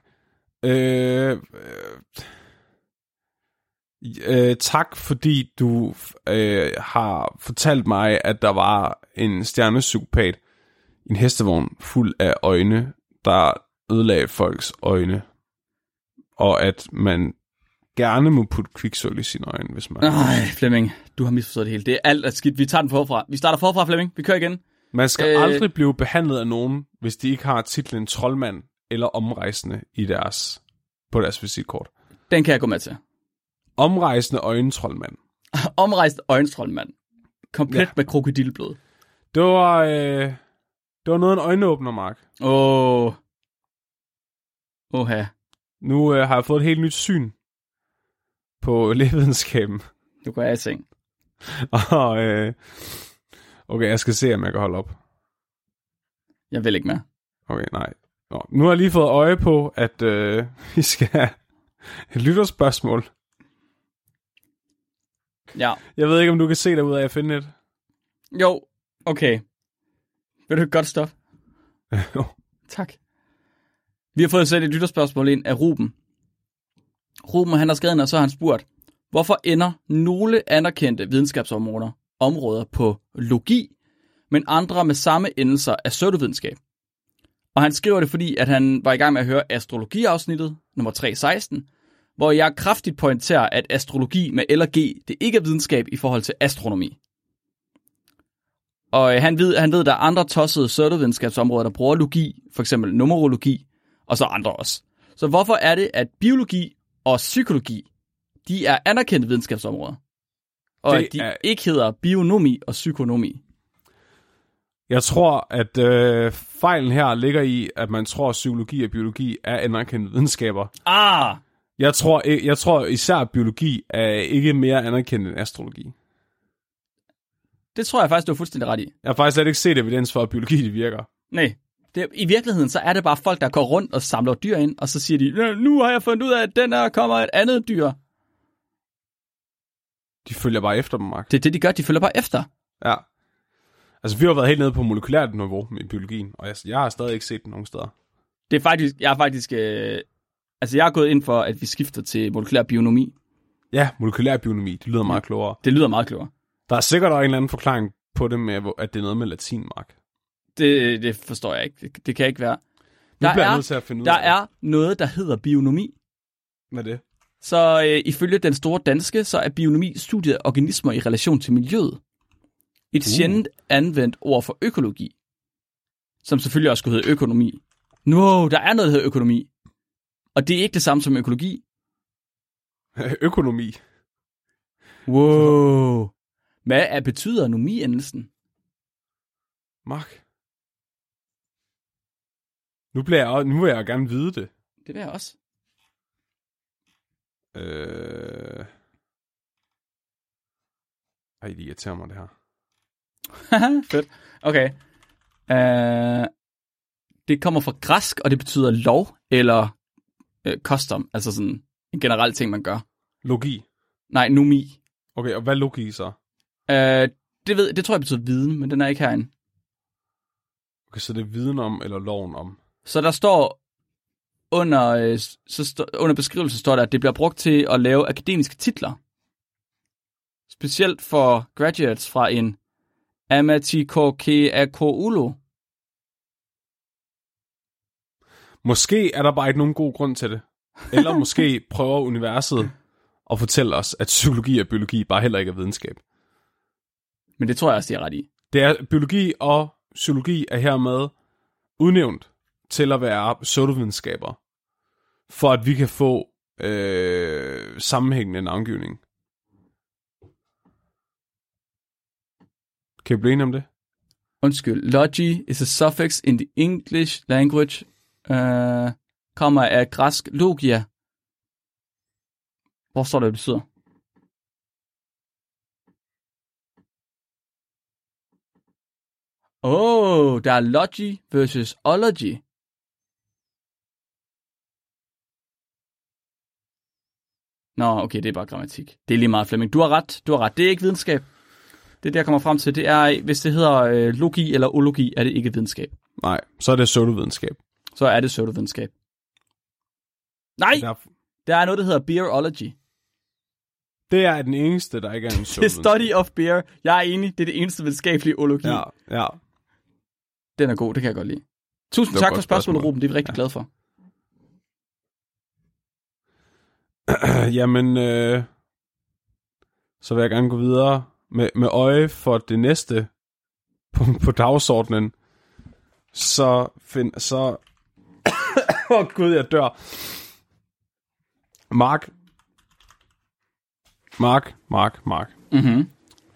tak, fordi du har fortalt mig, at der var en stjernepsykopat i en hestevogn fuld af øjne, der ødelagde folks øjne. Og at man gerne må putte kviksølv i sine øjne, hvis man... Nej, Flemming, du har misforstået det hele. Det er alt skidt. Vi tager den forfra. Vi starter forfra, Flemming. Vi kører igen. Man skal aldrig blive behandlet af nogen, hvis de ikke har titlen troldmand eller omrejsende på deres visitkort. Den kan jeg gå med til. Omrejsende øjentroldmand. Omrejsende øjentroldmand. Komplet med krokodilblod. Det var noget af en øjenåbner, Mark. Oha. Nu har jeg fået et helt nyt syn på lægevidenskaben. Du går af i seng. Og okay, jeg skal se, om jeg kan holde op. Jeg vil ikke mere. Okay, nej. Nu har jeg lige fået øje på, at vi skal have et lytterspørgsmål. Ja. Jeg ved ikke, om du kan se derude af at finde et. Jo, okay. Vil du et godt stof? Jo. Tak. Vi har fået sendt et lytterspørgsmål ind af Ruben. Ruben, han har skrevet, og så har han spurgt, hvorfor ender nogle anerkendte videnskabsområder på logi, men andre med samme endelser af pseudovidenskab? Og han skriver det, fordi at han var i gang med at høre astrologiafsnittet, nummer 316, hvor jeg kraftigt pointerer, at astrologi med L og G, det ikke er videnskab i forhold til astronomi. Og han ved, der er andre tossede pseudovidenskabsområder, der bruger logi, for eksempel numerologi, og så andre også. Så hvorfor er det, at biologi og psykologi, de er anerkendte videnskabsområder, og at de ikke hedder bionomi og psykonomi? Jeg tror, at fejlen her ligger i, at man tror, at psykologi og biologi er anerkendte videnskaber. Jeg tror især, at biologi er ikke mere anerkendt end astrologi. Det tror jeg faktisk, du har fuldstændig ret i. Jeg har faktisk slet ikke set evidens for, at biologi det virker. Nej. I virkeligheden, så er det bare folk, der går rundt og samler dyr ind, og så siger de, nu har jeg fundet ud af, at den der kommer et andet dyr. De følger bare efter dem, Mark. Det er det, de gør. De følger bare efter. Ja. Altså, vi har været helt nede på molekylært niveau med biologien, og jeg har stadig ikke set den nogen steder. Det er faktisk, jeg har gået ind for, at vi skifter til molekylær bionomi. Ja, molekylær bionomi, det lyder meget klogere. Det lyder meget klogere. Der er sikkert også en eller anden forklaring på det med, at det er noget med latin, Mark. Det forstår jeg ikke. Det kan ikke være. Nu bliver jeg nødt til at finde ud der af det. er noget, der hedder bionomi. Hvad er det? Så ifølge den store danske, så er bionomi studiet af organismer i relation til miljøet. Et sjældent anvendt ord for økologi, som selvfølgelig også skulle hedde økonomi. Der er noget, der hedder økonomi. Og det er ikke det samme som økologi. Økonomi. Wow. Hvad betyder nomi-endelsen? Mark. Nu vil jeg gerne vide det. Det vil jeg også. Det irriterer mig, det her. Fedt. Okay. Det kommer fra græsk, og det betyder lov, eller custom. Altså sådan en generel ting, man gør. Logi. Nej, nomi. Okay, og hvad er logi så? Det tror jeg betyder viden, men den er ikke herinde. Okay, så det er viden om, eller loven om. Så der står under beskrivelsen står der, at det bliver brugt til at lave akademiske titler. Specielt for graduates fra en Amatikokeakoulo. Måske er der bare ikke nogen god grund til det. Eller måske prøver universet at fortælle os, at psykologi og biologi bare heller ikke er videnskab. Men det tror jeg også, de er ret i. Det er, biologi og psykologi er hermed udnævnt til at være pseudovidenskaber, for at vi kan få sammenhængende navngivning. Kan I blive enige om det? Undskyld. Logi is a suffix in the English language. Kommer af græsk logia. Hvor står det, det betyder? Der er logi versus ology. Okay, det er bare grammatik. Det er lige meget, Flemming. Du har ret. Det er ikke videnskab. Det jeg kommer frem til, det er, hvis det hedder logi eller ologi, er det ikke videnskab. Nej, så er det pseudovidenskab. Så er det pseudovidenskab. Nej! Der er noget, der hedder beerology. Det er den eneste, der ikke er en pseudovidenskab. The study of beer. Jeg er enig, det er det eneste videnskabelige ologi. Ja. Den er god, det kan jeg godt lide. Tusind tak for spørgsmålet, Ruben. Det er vi rigtig glade for. Jamen, så vil jeg gerne gå videre med øje for det næste på dagsordenen. Gud, jeg dør. Mark. Mhm.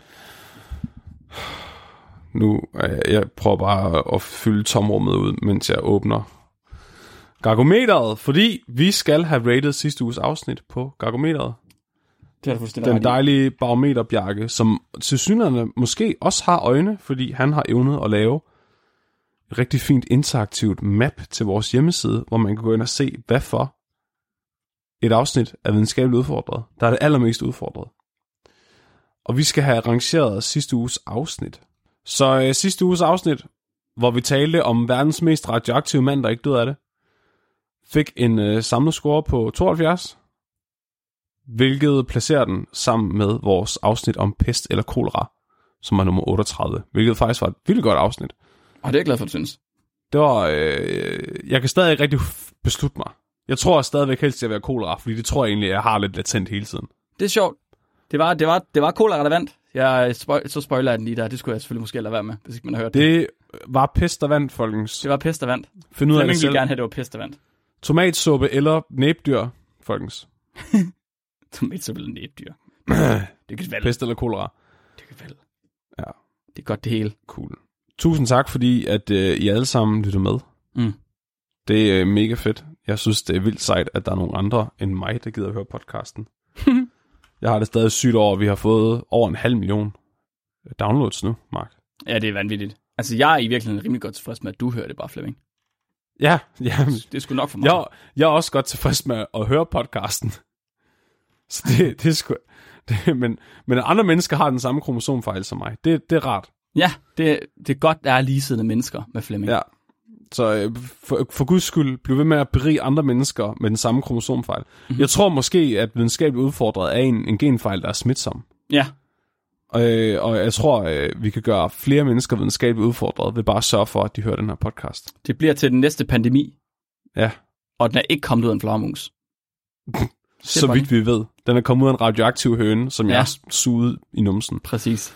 Nu, jeg prøver bare at fylde tomrummet ud, mens jeg åbner Gargometeret, fordi vi skal have rated sidste uges afsnit på Gargometeret. Det er fuldstændig den dejlige barometerbjarke, som tilsyneladende måske også har øjne, fordi han har evnet at lave et rigtig fint interaktivt map til vores hjemmeside, hvor man kan gå ind og se, hvad for et afsnit er videnskabeligt udfordret. Der er det allermest udfordret. Og vi skal have rangeret sidste uges afsnit. Så sidste uges afsnit, hvor vi talte om verdens mest radioaktive mand, der ikke døde af det, fik en samlet score på 72, hvilket placerer den sammen med vores afsnit om pest eller kolera, som er nummer 38, hvilket faktisk var et vildt godt afsnit. Og det er jeg glad for, du synes. Det var, jeg kan stadig ikke rigtig beslutte mig. Jeg tror stadigvæk helst, at jeg vil have kolera, fordi det tror jeg egentlig, jeg har lidt latent hele tiden. Det er sjovt. Det var kolera, der vandt. Så spoiler jeg den lige der. Det skulle jeg selvfølgelig måske lade være med, hvis ikke man har hørt det. Det var pest, der vandt, folkens. Det var pest, der vandt. Find ud af det selv. Jeg vil gerne have, det var pest, der vandt. Tomatsuppe eller næbdyr, folkens. Tomatsuppe eller næbdyr. Det kan valge. Pest eller kolera. Det kan valge. Ja. Det er godt det hele. Cool. Tusind tak, fordi at I alle sammen lytter med. Mm. Det er mega fedt. Jeg synes, det er vildt sejt, at der er nogle andre end mig, der gider at høre podcasten. Jeg har det stadig sygt over, at vi har fået over 500.000 downloads nu, Mark. Ja, det er vanvittigt. Altså, jeg er i virkeligheden rimelig godt tilfreds med, at du hører det bare, Flemming. Ja. Det er sgu nok for mig. Jeg er også godt tilfreds med at høre podcasten. Så det er sgu... Men andre mennesker har den samme kromosomfejl som mig. Det er rart. Ja, det er godt, der er ligesidende mennesker med Flemming. Ja. Så for guds skyld, bliv ved med at berige andre mennesker med den samme kromosomfejl. Mm-hmm. Jeg tror måske, at videnskabeligt udfordret er en genfejl, der er smitsom. Ja. Og jeg tror, vi kan gøre flere mennesker videnskabeligt udfordret ved bare at sørge for, at de hører den her podcast. Det bliver til den næste pandemi. Ja. Og den er ikke kommet ud af en flagermus. Så vidt vi ved. Den er kommet ud af en radioaktiv høne, som jeg har suget i numsen. Præcis.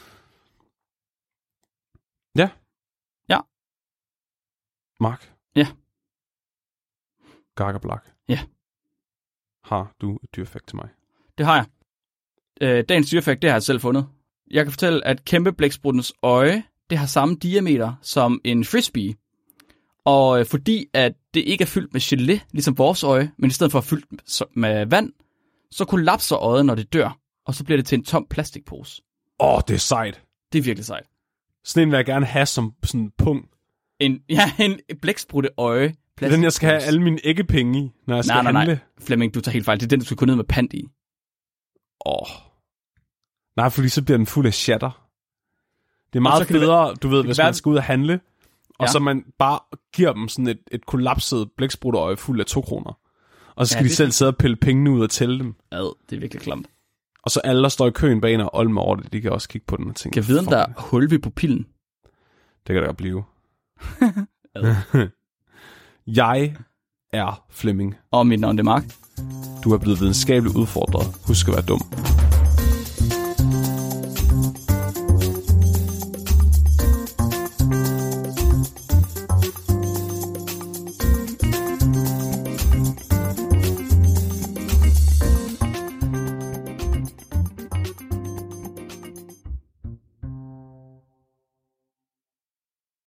Ja. Ja. Mark. Ja. Gargablak. Ja. Har du et dyrefakt til mig? Det har jeg. Dagens dyrefakt, det har jeg selv fundet. Jeg kan fortælle, at kæmpe blækspruttens øje, det har samme diameter som en frisbee. Og fordi at det ikke er fyldt med gelé, ligesom vores øje, men i stedet for fyldt med vand, så kollapser øjet, når det dør, og så bliver det til en tom plastikpose. Det er sejt. Det er virkelig sejt. Sådan en vil jeg gerne have som sådan en pung. En blæksprutte øje. Den, jeg skal have alle mine æggepenge i, når jeg skal handle. Nej. Flemming, du tager helt fejl. Det er den, du skal gå ned med pant i. Nej, fordi så bliver den fuld af shatter. Det er meget federe, du ved, hvis man skal ud og handle, og så man bare giver dem sådan et kollapset blæksprutteøje fuld af 2 kroner. Og så skal de selv sidde og pille pengene ud og tælle dem. Ja, det er virkelig klamt. Og så alle, der står i køen bag en og olmer over det, de kan også kigge på den og tænke... Kan jeg vide, om der er hul ved pupillen? Det kan der godt blive. Jeg er Flemming. Og mit navn er Mark. Du er blevet videnskabeligt udfordret. Husk at være dum.